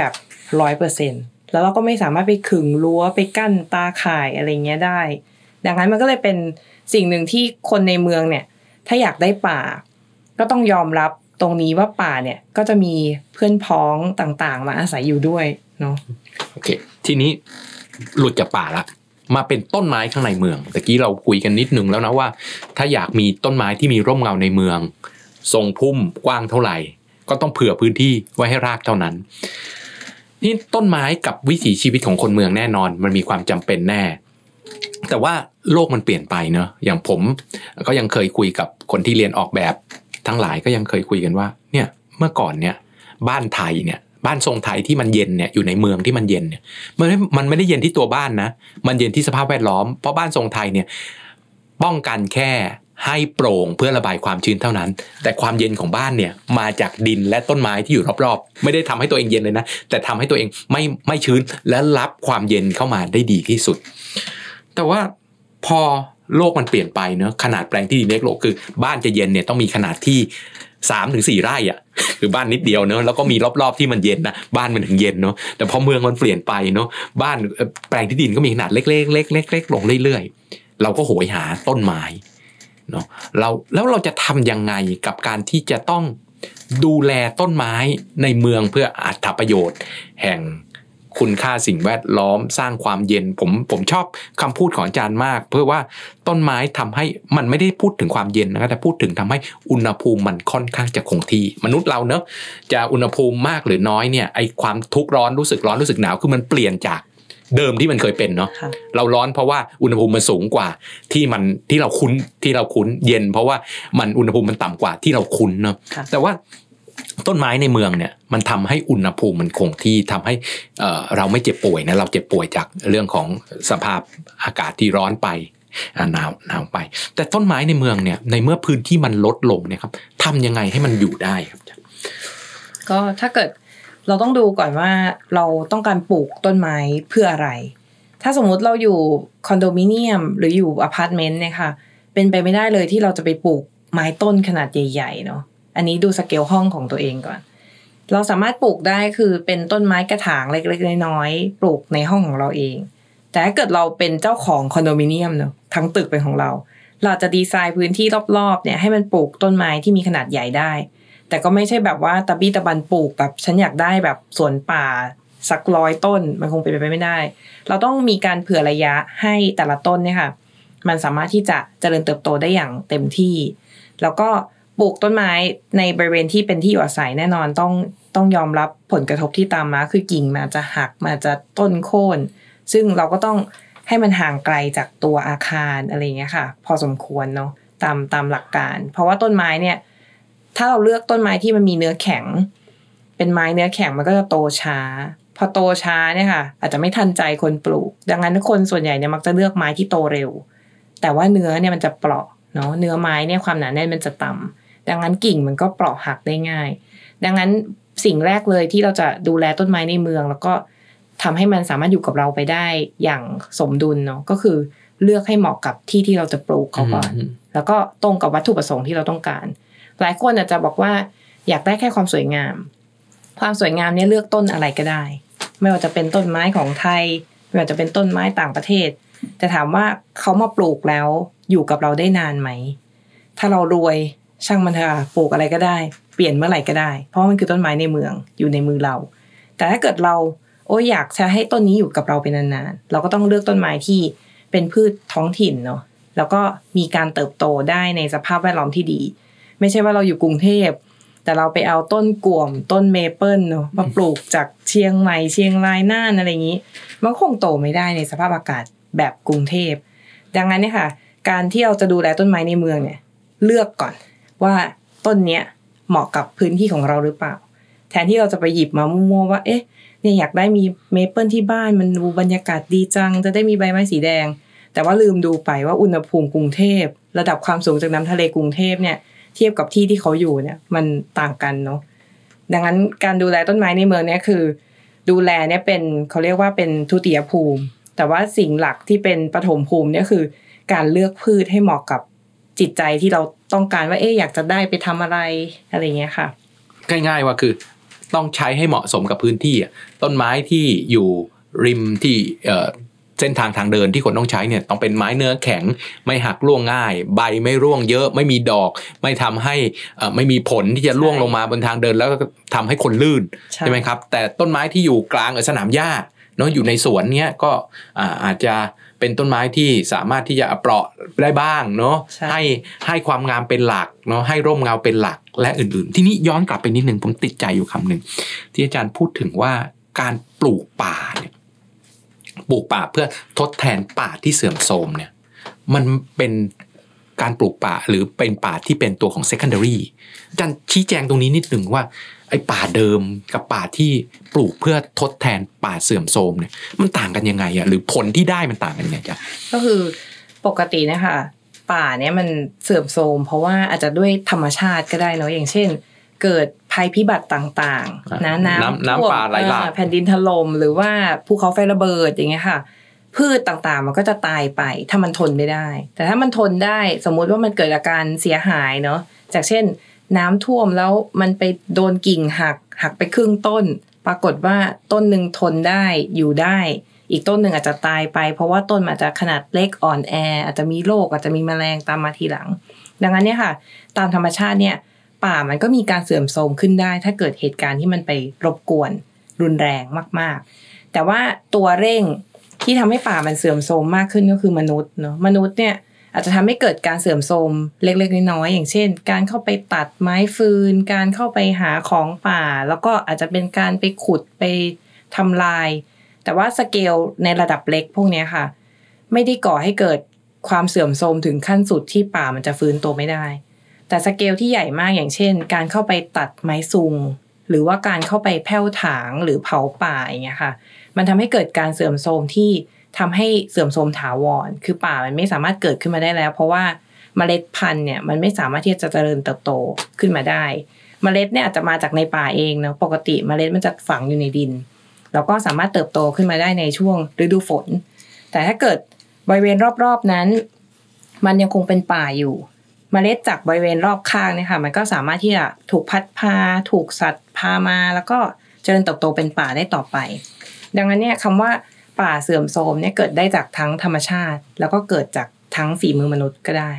100% แล้วเราก็ไม่สามารถไปขึงรั้วไปกั้นตาข่ายอะไรเงี้ยได้ดังนั้นมันก็เลยเป็นสิ่งหนึ่งที่คนในเมืองเนี่ยถ้าอยากได้ป่าก็ต้องยอมรับตรงนี้ว่าป่าเนี่ยก็จะมีเพื่อนพ้องต่างๆมาอาศัยอยู่ด้วยเนาะโอเคทีนี้หลุดจากป่าละมาเป็นต้นไม้ข้างในเมืองตะกี้เราคุยกันนิดนึงแล้วนะว่าถ้าอยากมีต้นไม้ที่มีร่มเงาในเมืองทรงพุ่มกว้างเท่าไหร่ก็ต้องเผื่อพื้นที่ไว้ให้รากเท่านั้นนี่ต้นไม้กับวิถีชีวิตของคนเมืองแน่นอนมันมีความจำเป็นแน่แต่ว่าโลกมันเปลี่ยนไปเนอะอย่างผมก็ยังเคยคุยกับคนที่เรียนออกแบบทั้งหลายก็ยังเคยคุยกันว่าเนี่ยเมื่อก่อนเนี่ยบ้านไทยเนี่ยบ้านทรงไทยที่มันเย็นเนี่ยอยู่ในเมืองที่มันเย็นเนี่ยมันไม่ได้เย็นที่ตัวบ้านนะมันเย็นที่สภาพแวดล้อมเพราะบ้านทรงไทยเนี่ยป้องกันแค่ให้โปร่งเพื่อระบายความชื้นเท่านั้นแต่ความเย็นของบ้านเนี่ยมาจากดินและต้นไม้ที่อยู่รอบๆไม่ได้ทำให้ตัวเองเย็นเลยนะแต่ทำให้ตัวเองไม่ชื้นและรับความเย็นเข้ามาได้ดีที่สุดแต่ว่าพอโลกมันเปลี่ยนไปเนอะขนาดแปลงที่ดินเล็กลงคือบ้านจะเย็นเนี่ยต้องมีขนาดที่ 3-4 ไร่อ่ะคือบ้านนิดเดียวเนอะแล้วก็มีรอบๆที่มันเย็นนะบ้านมันถึงเย็นเนอะแต่พอเมืองมันเปลี่ยนไปเนอะบ้านแปลงที่ดินก็มีขนาดเล็กๆลงเรื่อยๆเราก็โหยหาต้นไม้เนาะแล้วเราจะทำยังไงกับการที่จะต้องดูแลต้นไม้ในเมืองเพื่ออรรถประโยชน์แห่งคุณค่าสิ่งแวดล้อมสร้างความเย็นผมชอบคำพูดของอาจารย์มากเพื่อว่าต้นไม้ทำให้มันไม่ได้พูดถึงความเย็นนะแต่พูดถึงทำให้อุณหภูมิมันค่อนข้างจะคงที่มนุษย์เราเนอะจะอุณหภูมิมากหรือน้อยเนี่ยไอความทุกข์ร้อนรู้สึกหนาวคือมันเปลี่ยนจากเดิมที่มันเคยเป็นเนาะเราร้อนเพราะว่าอุณหภูมิมันสูงกว่าที่เราคุ้นเย็นเพราะว่ามันอุณหภูมิมันต่ำกว่าที่เราคุ้นเนาะแต่ว่าต้นไม้ในเมืองเนี่ยมันทำให้อุณหภูมิมันคงที่ทำให้เราไม่เจ็บป่วยนะเราเจ็บป่วยจากเรื่องของสภาพอากาศที่ร้อนไปหนาวไปแต่ต้นไม้ในเมืองเนี่ยในเมื่อพื้นที่มันลดลงเนี่ยครับทำยังไงให้มันอยู่ได้ครับก็ถ้าเกิดเราต้องดูก่อนว่าเราต้องการปลูกต้นไม้เพื่ออะไรถ้าสมมุติเราอยู่คอนโดมิเนียมหรืออยู่อพาร์ตเมนต์เนี่ยค่ะเป็นไปไม่ได้เลยที่เราจะไปปลูกไม้ต้นขนาดใหญ่ๆเนาะอันนี้ดูสเกลห้องของตัวเองก่อนเราสามารถปลูกได้คือเป็นต้นไม้กระถางเล็กๆน้อยๆปลูกในห้องของเราเองแต่ถ้าเกิดเราเป็นเจ้าของคอนโดมิเนียมเนาะทั้งตึกเป็นของเราเราจะดีไซน์พื้นที่รอบๆเนี่ยให้มันปลูกต้นไม้ที่มีขนาดใหญ่ได้แต่ก็ไม่ใช่แบบว่าตะบี้ตะบันปลูกแบบฉันอยากได้แบบสวนป่าสัก100 ต้นมันคงเป็นไปไม่ได้เราต้องมีการเผื่อระยะให้แต่ละต้นเนี่ยค่ะมันสามารถที่จะเจริญเติบโตได้อย่างเต็มที่แล้วก็ปลูกต้นไม้ในบริเวณที่เป็นที่อยู่อาศัยแน่นอนต้องยอมรับผลกระทบที่ตามมาคือกิ่งมันจะหักมาจะต้นโค่นซึ่งเราก็ต้องให้มันห่างไกลจากตัวอาคารอะไรอย่างเงี้ยค่ะพอสมควรเนาะตามหลักการเพราะว่าต้นไม้เนี่ยถ้าเราเลือกต้นไม้ที่มันมีเนื้อแข็งเป็นไม้เนื้อแข็งมันก็จะโตช้าพอโตช้าเนี่ยค่ะอาจจะไม่ทันใจคนปลูกดังนั้นคนส่วนใหญ่เนี่ยมักจะเลือกไม้ที่โตเร็วแต่ว่าเนื้อเนี่ยมันจะเปราะเนาะเนื้อไม้เนี่ยความหนาแน่นมันจะต่ำดังนั้นกิ่งมันก็เปราะหักได้ง่ายดังนั้นสิ่งแรกเลยที่เราจะดูแลต้นไม้ในเมืองแล้วก็ทำให้มันสามารถอยู่กับเราไปได้อย่างสมดุลเนาะก็คือเลือกให้เหมาะกับที่เราจะปลูกเขาก่อนแล้วก็ตรงกับวัตถุประสงค์ที่เราต้องการหลายคนอาจจะบอกว่าอยากได้แค่ความสวยงามเนี่ยเลือกต้นอะไรก็ได้ไม่ว่าจะเป็นต้นไม้ของไทยไม่ว่าจะเป็นต้นไม้ต่างประเทศแต่ถามว่าเขามาปลูกแล้วอยู่กับเราได้นานไหมถ้าเรารวยช่างมันเถอะปลูกอะไรก็ได้เปลี่ยนเมื่อไหร่ก็ได้เพราะมันคือต้นไม้ในเมืองอยู่ในมือเราแต่ถ้าเกิดเราอยากจะให้ต้นนี้อยู่กับเราเป็นนานๆเราก็ต้องเลือกต้นไม้ที่เป็นพืชท้องถิ่นเนาะแล้วก็มีการเติบโตได้ในสภาพแวดล้อมที่ดีไม่ใช่ว่าเราอยู่กรุงเทพแต่เราไปเอาต้นก่วมต้นเมเปิลเนาะมาปลูกจากเชียงใหม่เชียงรายน่านอะไรอย่างนี้มันคงโตไม่ได้ในสภาพอากาศแบบกรุงเทพดังนั้นเนี่ยค่ะการที่เราจะดูแลต้นไม้ในเมืองเนี่ยเลือกก่อนว่าต้นเนี้ยเหมาะกับพื้นที่ของเราหรือเปล่าแทนที่เราจะไปหยิบมามั่วๆว่าเอ๊ะเนี่ยอยากได้มีเมเปิลที่บ้านมันดูบรรยากาศดีจังจะได้มีใบไม้สีแดงแต่ว่าลืมดูไปว่าอุณหภูมิกรุงเทพระดับความสูงจากน้ำทะเลกรุงเทพเนี่ยเทียบกับที่เขาอยู่เนี่ยมันต่างกันเนาะดังนั้นการดูแลต้นไม้ในเมืองเนี่ยคือดูแลเนี่ยเป็นเขาเรียกว่าเป็นทุติยภูมิแต่ว่าสิ่งหลักที่เป็นปฐมภูมิเนี่ยคือการเลือกพืชให้เหมาะกับจิตใจที่เราต้องการว่าอยากจะได้ไปทำอะไรอะไรเงี้ยค่ะง่ายๆว่าคือต้องใช้ให้เหมาะสมกับพื้นที่ต้นไม้ที่อยู่ริมที่เส้นทางเดินที่คนต้องใช้เนี่ยต้องเป็นไม้เนื้อแข็งไม่หักร่วงง่ายใบไม่ร่วงเยอะไม่มีดอกไม่ทำให้ไม่มีผลที่จะร่วงลงมาบนทางเดินแล้วก็ทำให้คนลื่นใช่ไหมครับแต่ต้นไม้ที่อยู่กลางสนามหญ้าเนาะอยู่ในสวนเนี้ยก็อาจจะเป็นต้นไม้ที่สามารถที่จะเปราะได้บ้างเนาะให้ความงามเป็นหลักเนาะให้ร่มเงาเป็นหลักและอื่นๆที่นี้ย้อนกลับไปนิดนึงผมติดใจอยู่คำหนึ่งที่อาจารย์พูดถึงว่าการปลูกป่าเนี่ยปลูกป่าเพื่อทดแทนป่าที่เสื่อมโทรมเนี่ยมันเป็นการปลูกป่าหรือเป็นป่าที่เป็นตัวของ secondary อาจารย์ชี้แจงตรงนี้นิดนึงว่าไอ้ป่าเดิมกับป่าที่ปลูกเพื่อทดแทนป่าเสื่อมโทรมเนี่ยมันต่างกันยังไงหรือผลที่ได้มันต่างกันยังไงจ๊ะก็คือปกตินะคะป่าเนี่ยมันเสื่อมโทรมเพราะว่าอาจจะด้วยธรรมชาติก็ได้เนาะอย่างเช่นเกิดภัยพิบัติต่างๆน้ำป่าไหลหลากแผ่นดินถล่มหรือว่าภูเขาไฟระเบิดอย่างเงี้ยค่ะพืชต่างๆมันก็จะตายไปถ้ามันทนไม่ได้แต่ถ้ามันทนได้สมมุติว่ามันเกิดอาการเสียหายเนาะจากเช่นน้ำท่วมแล้วมันไปโดนกิ่งหักไปครึ่งต้นปรากฏว่าต้นนึงทนได้อยู่ได้อีกต้นนึงอาจจะตายไปเพราะว่าต้นอาจจะขนาดเล็กอ่อนแออาจจะมีโรคอาจจะมีแมลงตามมาทีหลังดังนั้นเนี่ยค่ะตามธรรมชาติเนี่ยป่ามันก็มีการเสื่อมโทรมขึ้นได้ถ้าเกิดเหตุการณ์ที่มันไปรบกวนรุนแรงมากๆแต่ว่าตัวเร่งที่ทำให้ป่ามันเสื่อมโทรมมากขึ้นก็คือมนุษย์เนาะมนุษย์เนี่ยอาจจะทำให้เกิดการเสื่อมโทรมเล็กๆน้อยๆอย่างเช่นการเข้าไปตัดไม้ฟืนการเข้าไปหาของป่าแล้วก็อาจจะเป็นการไปขุดไปทำลายแต่ว่าสเกลในระดับเล็กพวกนี้ค่ะไม่ได้ก่อให้เกิดความเสื่อมโทรมถึงขั้นสุดที่ป่ามันจะฟื้นตัวไม่ได้แต่สเกลที่ใหญ่มากอย่างเช่นการเข้าไปตัดไม้ซุงหรือว่าการเข้าไปแผ่วถางหรือเผาป่าอย่างเงี้ยค่ะมันทำให้เกิดการเสื่อมโทรมที่ทำให้เสื่อมโทรมถาวรคือป่ามันไม่สามารถเกิดขึ้นมาได้แล้วเพราะว่าเมล็ดพันธุ์เนี่ยมันไม่สามารถที่จะเจริญเติบโตขึ้นมาได้เมล็ดเนี่ยอาจจะมาจากในป่าเองเนาะปกติเมล็ดมันจะฝังอยู่ในดินแล้วก็สามารถเติบโตขึ้นมาได้ในช่วงฤดูฝนแต่ถ้าเกิดบริเวณรอบๆนั้นมันยังคงเป็นป่าอยู่เมล็ดจากบริเวณรอบข้างเนี่ยค่ะมันก็สามารถที่จะถูกพัดพาถูกสัตว์พามาแล้วก็เจริญเติบโตเป็นป่าได้ต่อไปดังนั้นเนี่ยคำว่าป่าเสื่อมโทรมเนี่ยเกิดได้จากทั้งธรรมชาติแล้วก็เกิดจากทั้งฝีมือมนุษย์ก็ได้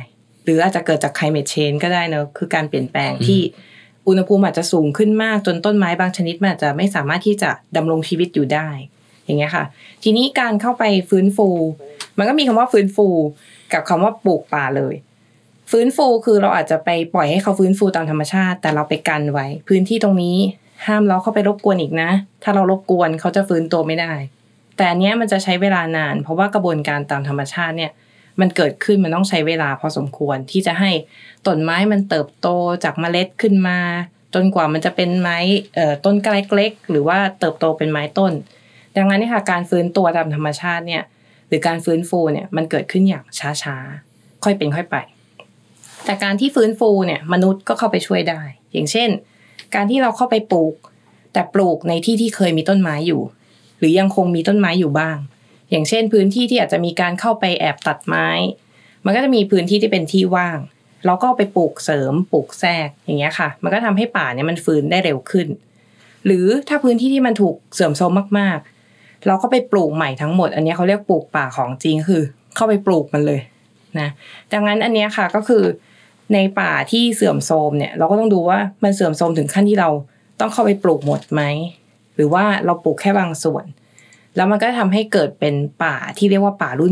รืออาจจะเกิดจาก climate change ก็ได้เนอะคือการเปลี่ยนแปลงที่อุณหภูมิอาจจะสูงขึ้นมากจนต้นไม้บางชนิดมันอาจจะไม่สามารถที่จะดำรงชีวิตอยู่ได้อย่างเงี้ยค่ะทีนี้การเข้าไปฟื้นฟูมันก็มีคำว่าฟื้นฟูกับคำว่าปลูกป่าเลยฟื้นฟูคือเราอาจจะไปปล่อยให้เขาฟื้นฟูตามธรรมชาติแต่เราไปกันไว้พื้นที่ตรงนี้ห้ามเราเข้าไปรบกวนอีกนะถ้าเรารบกวนเขาจะฟื้นตัวไม่ได้แต่อันเนี้ยมันจะใช้เวลานานเพราะว่ากระบวนการตามธรรมชาติเนี่ยมันเกิดขึ้นมันต้องใช้เวลาพอสมควรที่จะให้ต้นไม้มันเติบโตจากเมล็ดขึ้นมาจนกว่ามันจะเป็นไม้ต้นกล้าเล็กหรือว่าเติบโตเป็นไม้ต้นดังนั้นเนี่ยค่ะการฟื้นตัวตามธรรมชาติเนี่ยหรือการฟื้นฟูเนี่ยมันเกิดขึ้นอย่างช้าๆค่อยเป็นค่อยไปแต่การที่ฟื้นฟูเนี่ยมนุษย์ก็เข้าไปช่วยได้อย่างเช่นการที่เราเข้าไปปลูกแต่ปลูกในที่ที่เคยมีต้นไม้อยู่หรือยังคงมีต้นไม้อยู่บ้างอย่างเช่นพื้นที่ที่อาจจะมีการเข้าไปแอบตัดไม้มันก็จะมีพื้นที่ที่เป็นที่ว่างเราก็ไปปลูกเสริมปลูกแทรกอย่างเงี้ยค่ะมันก็ทำให้ป่าเนี่ยมันฟื้นได้เร็วขึ้นหรือถ้าพื้นที่ที่มันถูกเสื่อมโทรมมากๆเราก็ไปปลูกใหม่ทั้งหมดอันนี้เขาเรียกปลูกป่าของจริงคือเข้าไปปลูกมันเลยนะดังนั้นอันเนี้ยค่ะก็คือในป่าที่เสื่อมโทรมเนี่ยเราก็ต้องดูว่ามันเสื่อมโทรมถึงขั้นที่เราต้องเข้าไปปลูกหมดไหมหรือว่าเราปลูกแค่บางส่วนแล้วมันก็ทำให้เกิดเป็นป่าที่เรียกว่าป่ารุ่น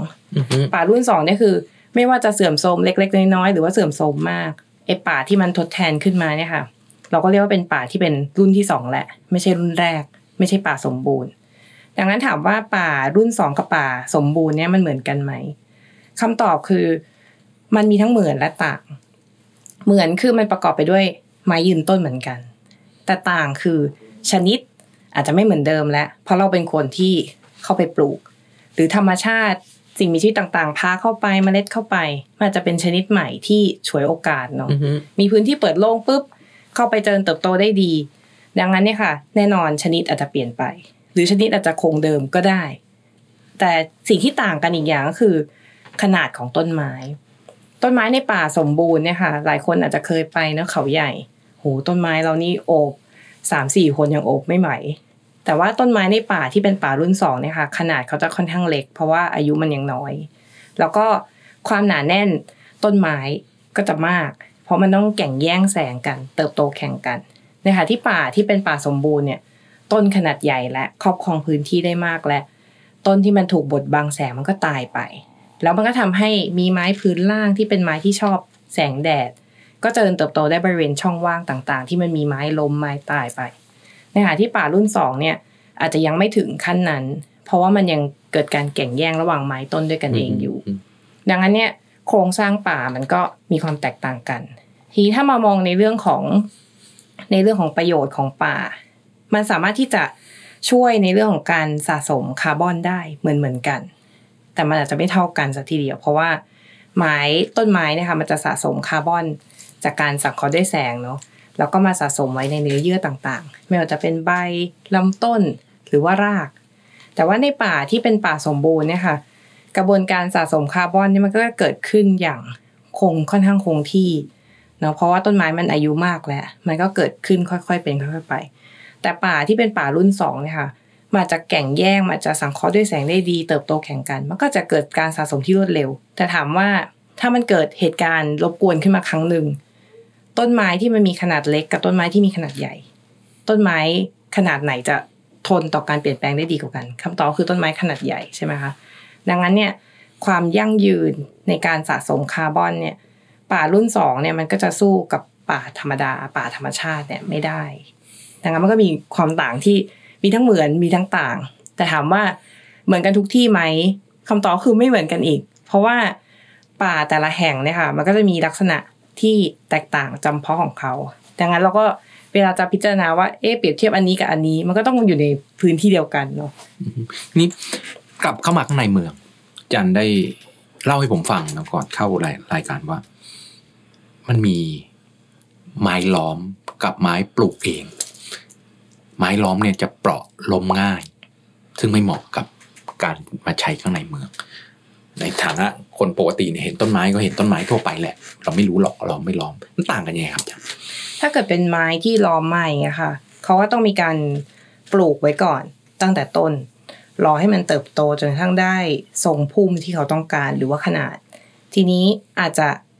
2ป่ารุ่น2เนี่ยคือไม่ว่าจะเสื่อมโทรมเล็กๆน้อยๆหรือว่าเสื่อมโทรมมากไอ้ป่าที่มันทดแทนขึ้นมาเนี่ยค่ะเราก็เรียกว่าเป็นป่าที่เป็นรุ่นที่2แหละไม่ใช่รุ่นแรกไม่ใช่ป่าสมบูรณ์ดังนั้นถามว่าป่ารุ่น2กับป่าสมบูรณ์เนี่ยมันเหมือนกันไหมคำตอบคือมันมีทั้งเหมือนและต่างเหมือนคือมันประกอบไปด้วยไม้ยืนต้นเหมือนกันแต่ต่างคือชนิดอาจจะไม่เหมือนเดิมแล้วเพราะเราเป็นคนที่เข้าไปปลูกหรือธรรมชาติสิ่งมีชีวิตต่างๆพาเข้าไปเมล็ดเข้าไปมันจะเป็นชนิดใหม่ที่ฉวยโอกาสเนาะมีพื้นที่เปิดโล่งปุ๊บเข้าไปเจริญเติบโตได้ดีดังนั้นเนี่ยค่ะแน่นอนชนิดอาจจะเปลี่ยนไปหรือชนิดอาจจะคงเดิมก็ได้แต่สิ่งที่ต่างกันอีกอย่างก็คือขนาดของต้นไม้ในป่าสมบูรณ์เนี่ยค่ะหลายคนอาจจะเคยไปเนาะเขาใหญ่โหต้นไม้เรานี่โอบ 3-4 คนยังโอบไม่ไหวแต่ว่าต้นไม้ในป่าที่เป็นป่ารุ่น2เนี่ยค่ะขนาดเขาจะค่อนข้างเล็กเพราะว่าอายุมันยังน้อยแล้วก็ความหนาแน่นต้นไม้ก็จะมากเพราะมันต้องแข่งแย่งแสงกันเติบโตแข่งกันนะคะที่ป่าที่เป็นป่าสมบูรณ์เนี่ยต้นขนาดใหญ่และครอบครองพื้นที่ได้มากและต้นที่มันถูกบดบังแสงมันก็ตายไปแล้วมันก็ทำให้มีไม้พื้นล่างที่เป็นไม้ที่ชอบแสงแดดก็เจริญเติบโตได้บริเวณช่องว่างต่างๆที่มันมีไม้ล้มไม้ตายไปในขณะที่ป่ารุ่น2เนี่ยอาจจะยังไม่ถึงขั้นนั้นเพราะว่ามันยังเกิดการแข่งแย่งระหว่างไม้ต้นด้วยกันเองอยู่ดังนั้นเนี่ยโครงสร้างป่ามันก็มีความแตกต่างกันทีถ้ามามองในเรื่องของประโยชน์ของป่ามันสามารถที่จะช่วยในเรื่องของการสะสมคาร์บอนได้เหมือนกันแต่มันอาจจะไม่เท่ากันซะทีเดียวเพราะว่าต้นไม้เนี่ยค่ะมันจะสะสมคาร์บอนจากการสังเคราะห์ด้วยแสงเนาะแล้วก็มาสะสมไว้ในเนื้อเยื่อต่างๆไม่ว่าจะเป็นใบลำต้นหรือว่ารากแต่ว่าในป่าที่เป็นป่าสมบูรณ์เนี่ยค่ะกระบวนการสะสมคาร์บอนนี่มันก็เกิดขึ้นอย่างค่อนข้างคงที่เนาะเพราะว่าต้นไม้มันอายุมากแล้วมันก็เกิดขึ้นค่อยๆเป็นค่อยๆไปแต่ป่าที่เป็นป่ารุ่น2เนี่ยค่ะมาจากแข่งแย่งมาจากสังเคราะห์ด้วยแสงได้ดีเติบโตแข่งกันมันก็จะเกิดการสะสมที่รวดเร็วแต่ถามว่าถ้ามันเกิดเหตุการณ์รบกวนขึ้นมาครั้งนึงต้นไม้ที่มันมีขนาดเล็กกับต้นไม้ที่มีขนาดใหญ่ต้นไม้ขนาดไหนจะทนต่อการเปลี่ยนแปลงได้ดีกว่ากันคำตอบคือต้นไม้ขนาดใหญ่ใช่ไหมคะดังนั้นเนี่ยความยั่งยืนในการสะสมคาร์บอนเนี่ยป่ารุ่น2เนี่ยมันก็จะสู้กับป่าธรรมดาป่าธรรมชาติเนี่ยไม่ได้ดังนั้นมันก็มีความต่างที่มีทั้งเหมือนมีทั้งต่างแต่ถามว่าเหมือนกันทุกที่ไหมคำตอบคือไม่เหมือนกันอีกเพราะว่าป่าแต่ละแห่งเนี่ยค่ะมันก็จะมีลักษณะที่แตกต่างจำเพาะของเขาดังนั้นเราก็เวลาจะพิจารณาว่าเปรียบเทียบอันนี้กับอันนี้มันก็ต้องอยู่ในพื้นที่เดียวกันเนาะนี่กลับเข้ามาข้างในเมืองจันได้เล่าให้ผมฟังนะก่อนเข้ารายการว่ามันมีไม้ล้อมกับไม้ปลูกเองไม้ล้อมเนี่ยจะเปราะล้มง่ายซึ่งไม่เหมาะกับการมาใช้ข้างในเมืองในฐานะคนปกติเนี่ยเห็นต้นไม้ก็เห็นต้นไม้ทั่วไปแหละเราไม่รู้หรอกเราไม่ล้อมมันต่างกันยังไงครับถ้าเกิดเป็นไม้ที่ล้อมไม้อะค่ะเขาก็ต้องมีการปลูกไว้ก่อนตั้งแต่ต้นรอให้มันเติบโตจนกระทั่งได้ทรงพุ่มที่เขาต้องการหรือว่าขนาดทีนี้อาจจะ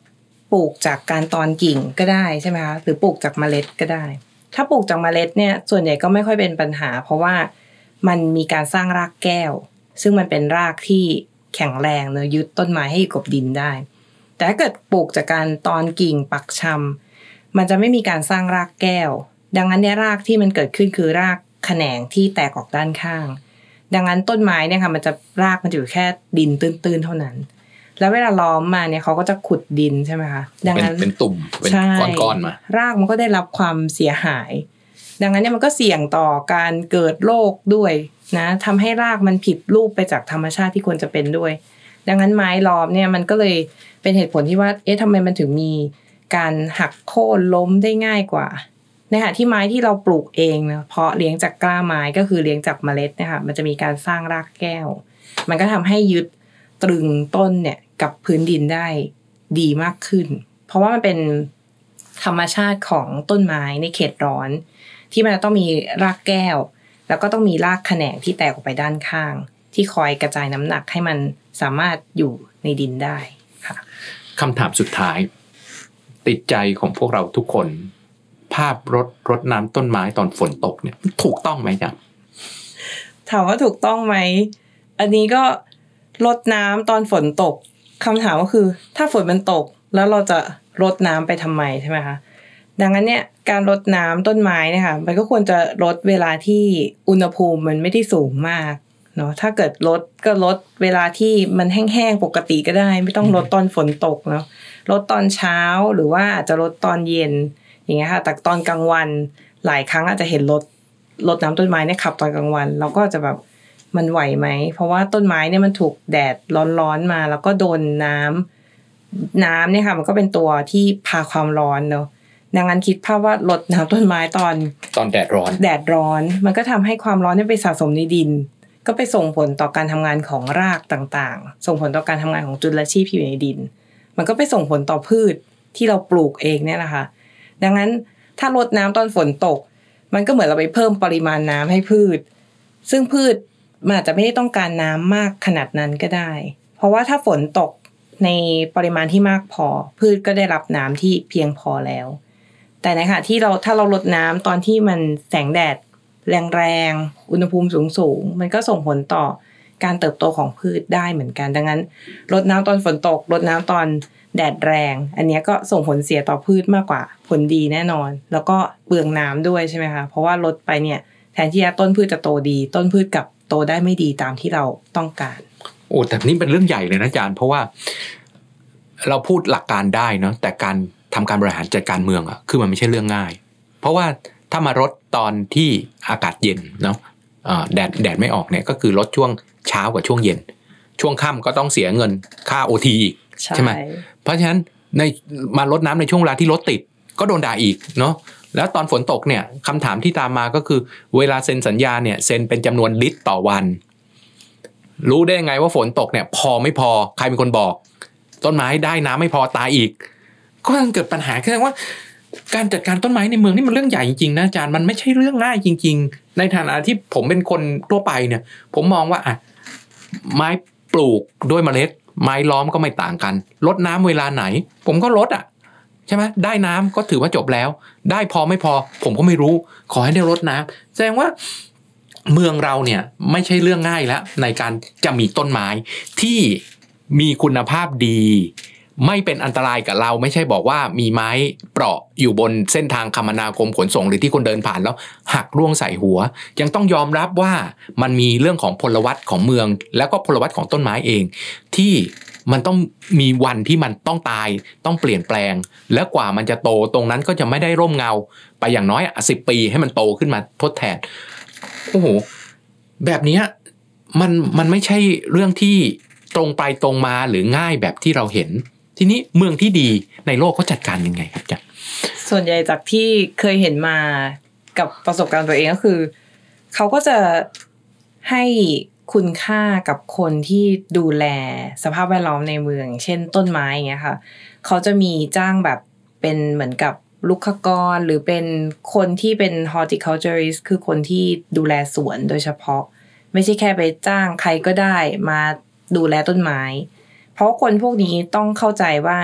ปลูกจากการตอนกิ่งก็ได้ใช่ไหมคะหรือปลูกจากเมล็ดก็ได้ถ้าปลูกจากเมล็ดเนี่ยส่วนใหญ่ก็ไม่ค่อยเป็นปัญหาเพราะว่ามันมีการสร้างรากแก้วซึ่งมันเป็นรากที่แข็งแรงเนอะยึดต้นไม้ให้อยู่กับดินได้แต่ถ้าเกิดปลูกจากการตอนกิ่งปักชำมันจะไม่มีการสร้างรากแก้วดังนั้นเนี่ยรากที่มันเกิดขึ้นคือรากแขนงที่แตกออกด้านข้างดังนั้นต้นไม้เนี่ยค่ะมันจะรากมันจะอยู่แค่ดินตื้นๆเท่านั้นแล้วเวลาล้อมมาเนี่ยเขาก็จะขุดดินใช่ไหมคะดังนั้นเป็นตุ่มเป็นก้อนๆมารากมันก็ได้รับความเสียหายดังนั้นเนี่ยมันก็เสี่ยงต่อการเกิดโรคด้วยนะทำให้รากมันผิดรูปไปจากธรรมชาติที่ควรจะเป็นด้วยดังนั้นไม้ล้อมเนี่ยมันก็เลยเป็นเหตุผลที่ว่าทำไมมันถึงมีการหักโค่นล้มได้ง่ายกว่าในขณะที่ไม้ที่เราปลูกเองนะเพราะเลี้ยงจากกล้าไม้ก็คือเลี้ยงจากเมล็ดนะคะมันจะมีการสร้างรากแก้วมันก็ทำให้ยึดตรึงต้นเนี่ยกับพื้นดินได้ดีมากขึ้นเพราะว่ามันเป็นธรรมชาติของต้นไม้ในเขตร้อนที่มันต้องมีรากแก้วแล้วก็ต้องมีรากแขนงที่แตกออกไปด้านข้างที่คอยกระจายน้ำหนักให้มันสามารถอยู่ในดินได้ค่ะคำถามสุดท้ายติดใจของพวกเราทุกคนภาพรดน้ำต้นไม้ตอนฝนตกเนี่ยถูกต้องไหมจ๊ะถามว่าถูกต้องไหมอันนี้ก็รดน้ำตอนฝนตกคำถามก็คือถ้าฝนมันตกแล้วเราจะรดน้ำไปทำไมใช่ไหมคะดังนั้นเนี่ยการรดน้ำต้นไม้เนี่ยค่ะมันก็ควรจะรดเวลาที่อุณหภูมิมันไม่ได้สูงมากเนาะถ้าเกิดรดก็รดเวลาที่มันแห้งๆปกติก็ได้ไม่ต้องรดตอนฝนตกเนาะรดตอนเช้าหรือว่าอาจจะรดตอนเย็นอย่างเงี้ยค่ะแต่ตอนกลางวันหลายครั้งอาจจะเห็นรดน้ำต้นไม้เนี่ยขับตอนกลางวันเราก็จะแบบมันไหวไหมเพราะว่าต้นไม้เนี่ยมันถูกแดดร้อนๆมาแล้วก็โดนน้ำเนี่ยค่ะมันก็เป็นตัวที่พาความร้อนเนาะดังนั้นคิดภาพว่ารดน้ำต้นไม้ตอนแดดร้อนมันก็ทำให้ความร้อนเนี่ยไปสะสมในดินก็ไปส่งผลต่อการทำงานของรากต่างๆส่งผลต่อการทำงานของจุลชีพที่อยู่ในดินมันก็ไปส่งผลต่อพืชที่เราปลูกเองเนี่ยแหละค่ะดังนั้นถ้ารดน้ำตอนฝนตกมันก็เหมือนเราไปเพิ่มปริมาณน้ำให้พืชซึ่งพืชมันอาจจะไม่ได้ต้องการน้ำมากขนาดนั้นก็ได้เพราะว่าถ้าฝนตกในปริมาณที่มากพอพืชก็ได้รับน้ำที่เพียงพอแล้วแต่ในขณะที่ถ้าเรารดน้ำตอนที่มันแสงแดดแรงๆอุณหภูมิสูงมันก็ส่งผลต่อการเติบโตของพืชได้เหมือนกันดังนั้นรดน้ำตอนฝนตกรดน้ำตอนแดดแรงอันนี้ก็ส่งผลเสียต่อพืชมากกว่าผลดีแน่นอนแล้วก็เปลืองน้ำด้วยใช่ไหมคะเพราะว่ารดไปเนี่ยแทนที่ต้นพืชจะโตดีต้นพืชกับโตได้ไม่ดีตามที่เราต้องการโอ้แต่นี่เป็นเรื่องใหญ่เลยนะอาจารย์เพราะว่าเราพูดหลักการได้เนาะแต่การทำการบริหารจัดการเมืองอ่ะคือมันไม่ใช่เรื่องง่ายเพราะว่าถ้ามารดตอนที่อากาศเย็นเนาะแดดไม่ออกเนี่ยก็คือรดช่วงเช้ากับช่วงเย็นช่วงค่ำก็ต้องเสียเงินค่า OT อีกใช่ไหมเพราะฉะนั้นมารดน้ำในช่วงเวลาที่รถติดก็โดนด่าอีกเนาะแล้วตอนฝนตกเนี่ยคำถามที่ตามมาก็คือเวลาเซ็นสัญญาเนี่ยเซ็นเป็นจำนวนลิตรต่อวันรู้ได้ไงว่าฝนตกเนี่ยพอไม่พอใครเป็นคนบอกต้นไม้ได้น้ำไม่พอตายอีกก็เกิดปัญหาแค่ว่าการจัดการต้นไม้ในเมืองนี่มันเรื่องใหญ่จริงๆนะอาจารย์มันไม่ใช่เรื่องง่ายจริงๆในฐานะที่ผมเป็นคนทั่วไปเนี่ยผมมองว่าไม้ปลูกด้วยเมล็ดไม้ล้อมก็ไม่ต่างกันรดน้ำเวลาไหนผมก็รดใช่ไหมได้น้ำก็ถือว่าจบแล้วได้พอไม่พอผมก็ไม่รู้ขอให้ได้รดน้ำแสดงว่าเมืองเราเนี่ยไม่ใช่เรื่องง่ายแล้วในการจะมีต้นไม้ที่มีคุณภาพดีไม่เป็นอันตรายกับเราไม่ใช่บอกว่ามีไม้เปราะอยู่บนเส้นทางคมนาคมขนส่งหรือที่คนเดินผ่านแล้วหักร่วงใส่หัวยังต้องยอมรับว่ามันมีเรื่องของพลวัตของเมืองแล้วก็พลวัตของต้นไม้เองที่มันต้องมีวันที่มันต้องตายต้องเปลี่ยนแปลงและกว่ามันจะโตตรงนั้นก็จะไม่ได้ร่มเงาไปอย่างน้อย10 ปีให้มันโตขึ้นมาทดแทนโอ้โหแบบนี้มันไม่ใช่เรื่องที่ตรงไปตรงมาหรือง่ายแบบที่เราเห็นทีนี้เมืองที่ดีในโลกเขาจัดการยังไงครับจ๊ะส่วนใหญ่จากที่เคยเห็นมากับประสบการณ์ตัวเองก็คือเขาก็จะให้คุณค่ากับคนที่ดูแลสภาพแวดล้อมในเมืองเช่นต้นไม้อย่างเงี้ยค่ะเขาจะมีจ้างแบบเป็นเหมือนกับลูกขกรหรือเป็นคนที่เป็น horticulturist คือคนที่ดูแลสวนโดยเฉพาะไม่ใช่แค่ไปจ้างใครก็ได้มาดูแลต้นไม้เพราะคนพวกนี้ต้องเข้าใจว่า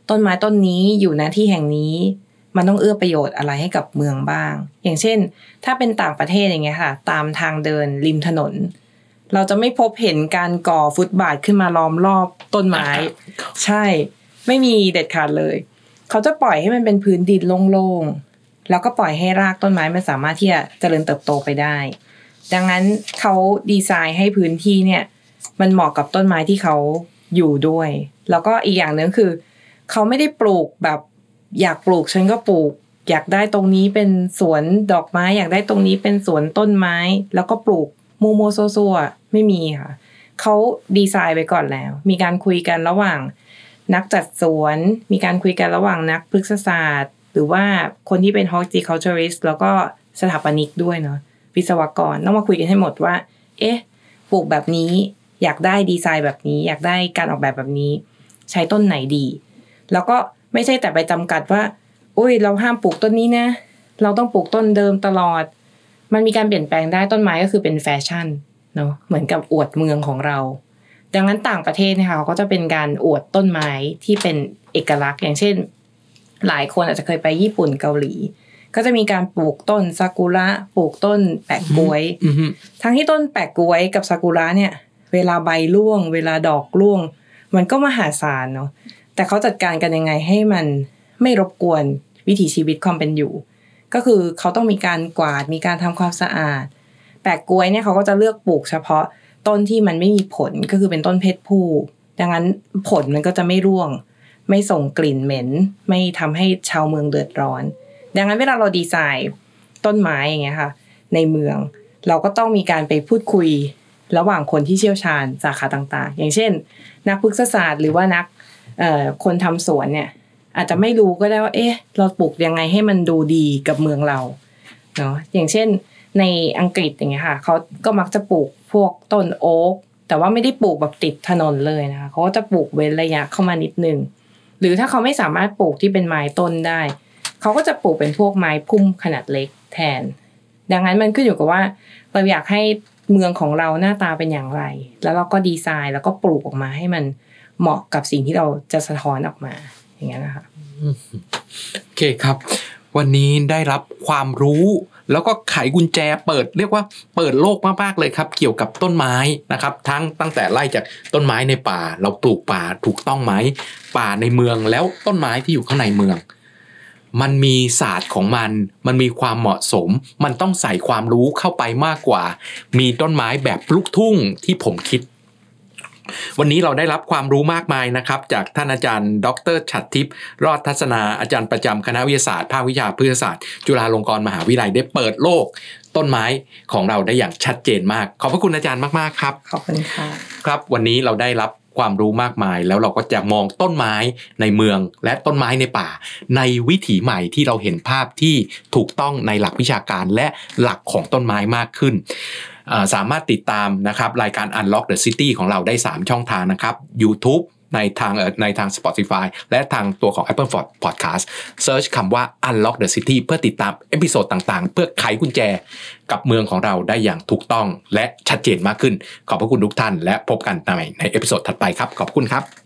ต้นไม้ต้นนี้อยู่ณที่แห่งนี้มันต้องเอื้อประโยชน์อะไรให้กับเมืองบ้างอย่างเช่นถ้าเป็นต่างประเทศอย่างเงี้ยค่ะตามทางเดินริมถนนเราจะไม่พบเห็นการก่อฟุตบาทขึ้นมาล้อมรอบต้นไม้ใช่ไม่มีเด็ดขาดเลยเขาจะปล่อยให้มันเป็นพื้นดินโล่งๆแล้วก็ปล่อยให้รากต้นไม้มันสามารถที่จะเจริญเติบโตไปได้ดังนั้นเขาดีไซน์ให้พื้นที่เนี่ยมันเหมาะกับต้นไม้ที่เขาอยู่ด้วยแล้วก็อีกอย่างนึงคือเขาไม่ได้ปลูกแบบอยากปลูกฉันก็ปลูกอยากได้ตรงนี้เป็นสวนดอกไม้อยากได้ตรงนี้เป็นสวนต้นไม้แล้วก็ปลูกมัวๆซั่วๆไม่มีค่ะเขาดีไซน์ไปก่อนแล้วมีการคุยกันระหว่างนักจัดสวนมีการคุยกันระหว่างนักพฤกษศาสตร์หรือว่าคนที่เป็น horticulturist แล้วก็สถาปนิกด้วยเนาะวิศวกรต้องมาคุยกันให้หมดว่าปลูกแบบนี้อยากได้ดีไซน์แบบนี้อยากได้การออกแบบแบบนี้ใช้ต้นไหนดีแล้วก็ไม่ใช่แต่ไปจำกัดว่าอุ้ยเราห้ามปลูกต้นนี้นะเราต้องปลูกต้นเดิมตลอดมันมีการเปลี่ยนแปลงได้ต้นไม้ก็คือเป็นแฟชั่นเนาะเหมือนกับอวดเมืองของเราดังนั้นต่างประเทศนะคะเขาก็จะเป็นการอวดต้นไม้ที่เป็นเอกลักษณ์อย่างเช่นหลายคนอาจจะเคยไปญี่ปุ่นเกาหลีก็จะมีการปลูกต้นซากุระปลูกต้นแปะก๊วยทั้งที่ต้นแปะก๊วยกับซากุระเนี่ยเวลาใบร่วงเวลาดอกร่วงมันก็มหาศาลเนาะแต่เขาจัดการกันยังไงให้มันไม่รบกวนวิถีชีวิตความเป็นอยู่ก็คือเขาต้องมีการกวาดมีการทำความสะอาดแปะก๊วยเนี่ยเขาก็จะเลือกปลูกเฉพาะต้นที่มันไม่มีผลก็คือเป็นต้นเพศผู้ดังนั้นผลมันก็จะไม่ร่วงไม่ส่งกลิ่นเหม็นไม่ทำให้ชาวเมืองเดือดร้อนดังนั้นเวลาเราดีไซน์ต้นไม้อย่างเงี้ยค่ะในเมืองเราก็ต้องมีการไปพูดคุยระหว่างคนที่เชี่ยวชาญสาขาต่างๆอย่างเช่นนักพฤกษศาสตร์หรือว่านักคนทำสวนเนี่ยอาจจะไม่รู้ก็ได้ว่าเราปลูกยังไงให้มันดูดีกับเมืองเราเนาะอย่างเช่นในอังกฤษอย่างเงี้ยค่ะเขาก็มักจะปลูกพวกต้นโอ๊กแต่ว่าไม่ได้ปลูกแบบติดถนนเลยนะคะเขาก็จะปลูกเว้นระยะเข้ามานิดนึงหรือถ้าเขาไม่สามารถปลูกที่เป็นไม้ต้นได้เขาก็จะปลูกเป็นพวกไม้พุ่มขนาดเล็กแทนดังนั้นมันขึ้นอยู่กับว่าเราอยากให้เมืองของเราหน้าตาเป็นอย่างไรแล้วเราก็ดีไซน์แล้วก็ปลูกออกมาให้มันเหมาะกับสิ่งที่เราจะสะท้อนออกมาอย่างนี้นะคะโอเคครับวันนี้ได้รับความรู้แล้วก็ไขกุญแจเรียกว่าเปิดโลกมากๆเลยครับเกี่ยวกับต้นไม้นะครับตั้งแต่ไล่จากต้นไม้ในป่าเราปลูกป่าถูกต้องไหมป่าในเมืองแล้วต้นไม้ที่อยู่ข้างในเมืองมันมีศาสตร์ของมันมีความเหมาะสมมันต้องใส่ความรู้เข้าไปมากกว่ามีต้นไม้แบบลูกทุ่งที่ผมคิดวันนี้เราได้รับความรู้มากมายนะครับจากท่านอาจารย์ดร.ฉัตรทิพย์รอดทัศนาอาจารย์ประจำคณะวิทยาศาสตร์ภาควิชาพฤกษศาสตร์จุฬาลงกรณ์มหาวิทยาลัยได้เปิดโลกต้นไม้ของเราได้อย่างชัดเจนมากขอบพระคุณอาจารย์มากๆครับขอบคุณค่ะครับวันนี้เราได้รับความรู้มากมายแล้วเราก็จะมองต้นไม้ในเมืองและต้นไม้ในป่าในวิถีใหม่ที่เราเห็นภาพที่ถูกต้องในหลักวิชาการและหลักของต้นไม้มากขึ้นสามารถติดตามนะครับรายการ Unlock the City ของเราได้3ช่องทางนะครับ YouTube ในทาง Spotify และทางตัวของ Apple Podcast Search คำว่า Unlock the City เพื่อติดตามเอพิโซดต่างๆเพื่อไขกุญแจกับเมืองของเราได้อย่างถูกต้องและชัดเจนมากขึ้นขอบพระคุณทุกท่านและพบกันในเอพิโซดถัดไปครับขอบคุณครับ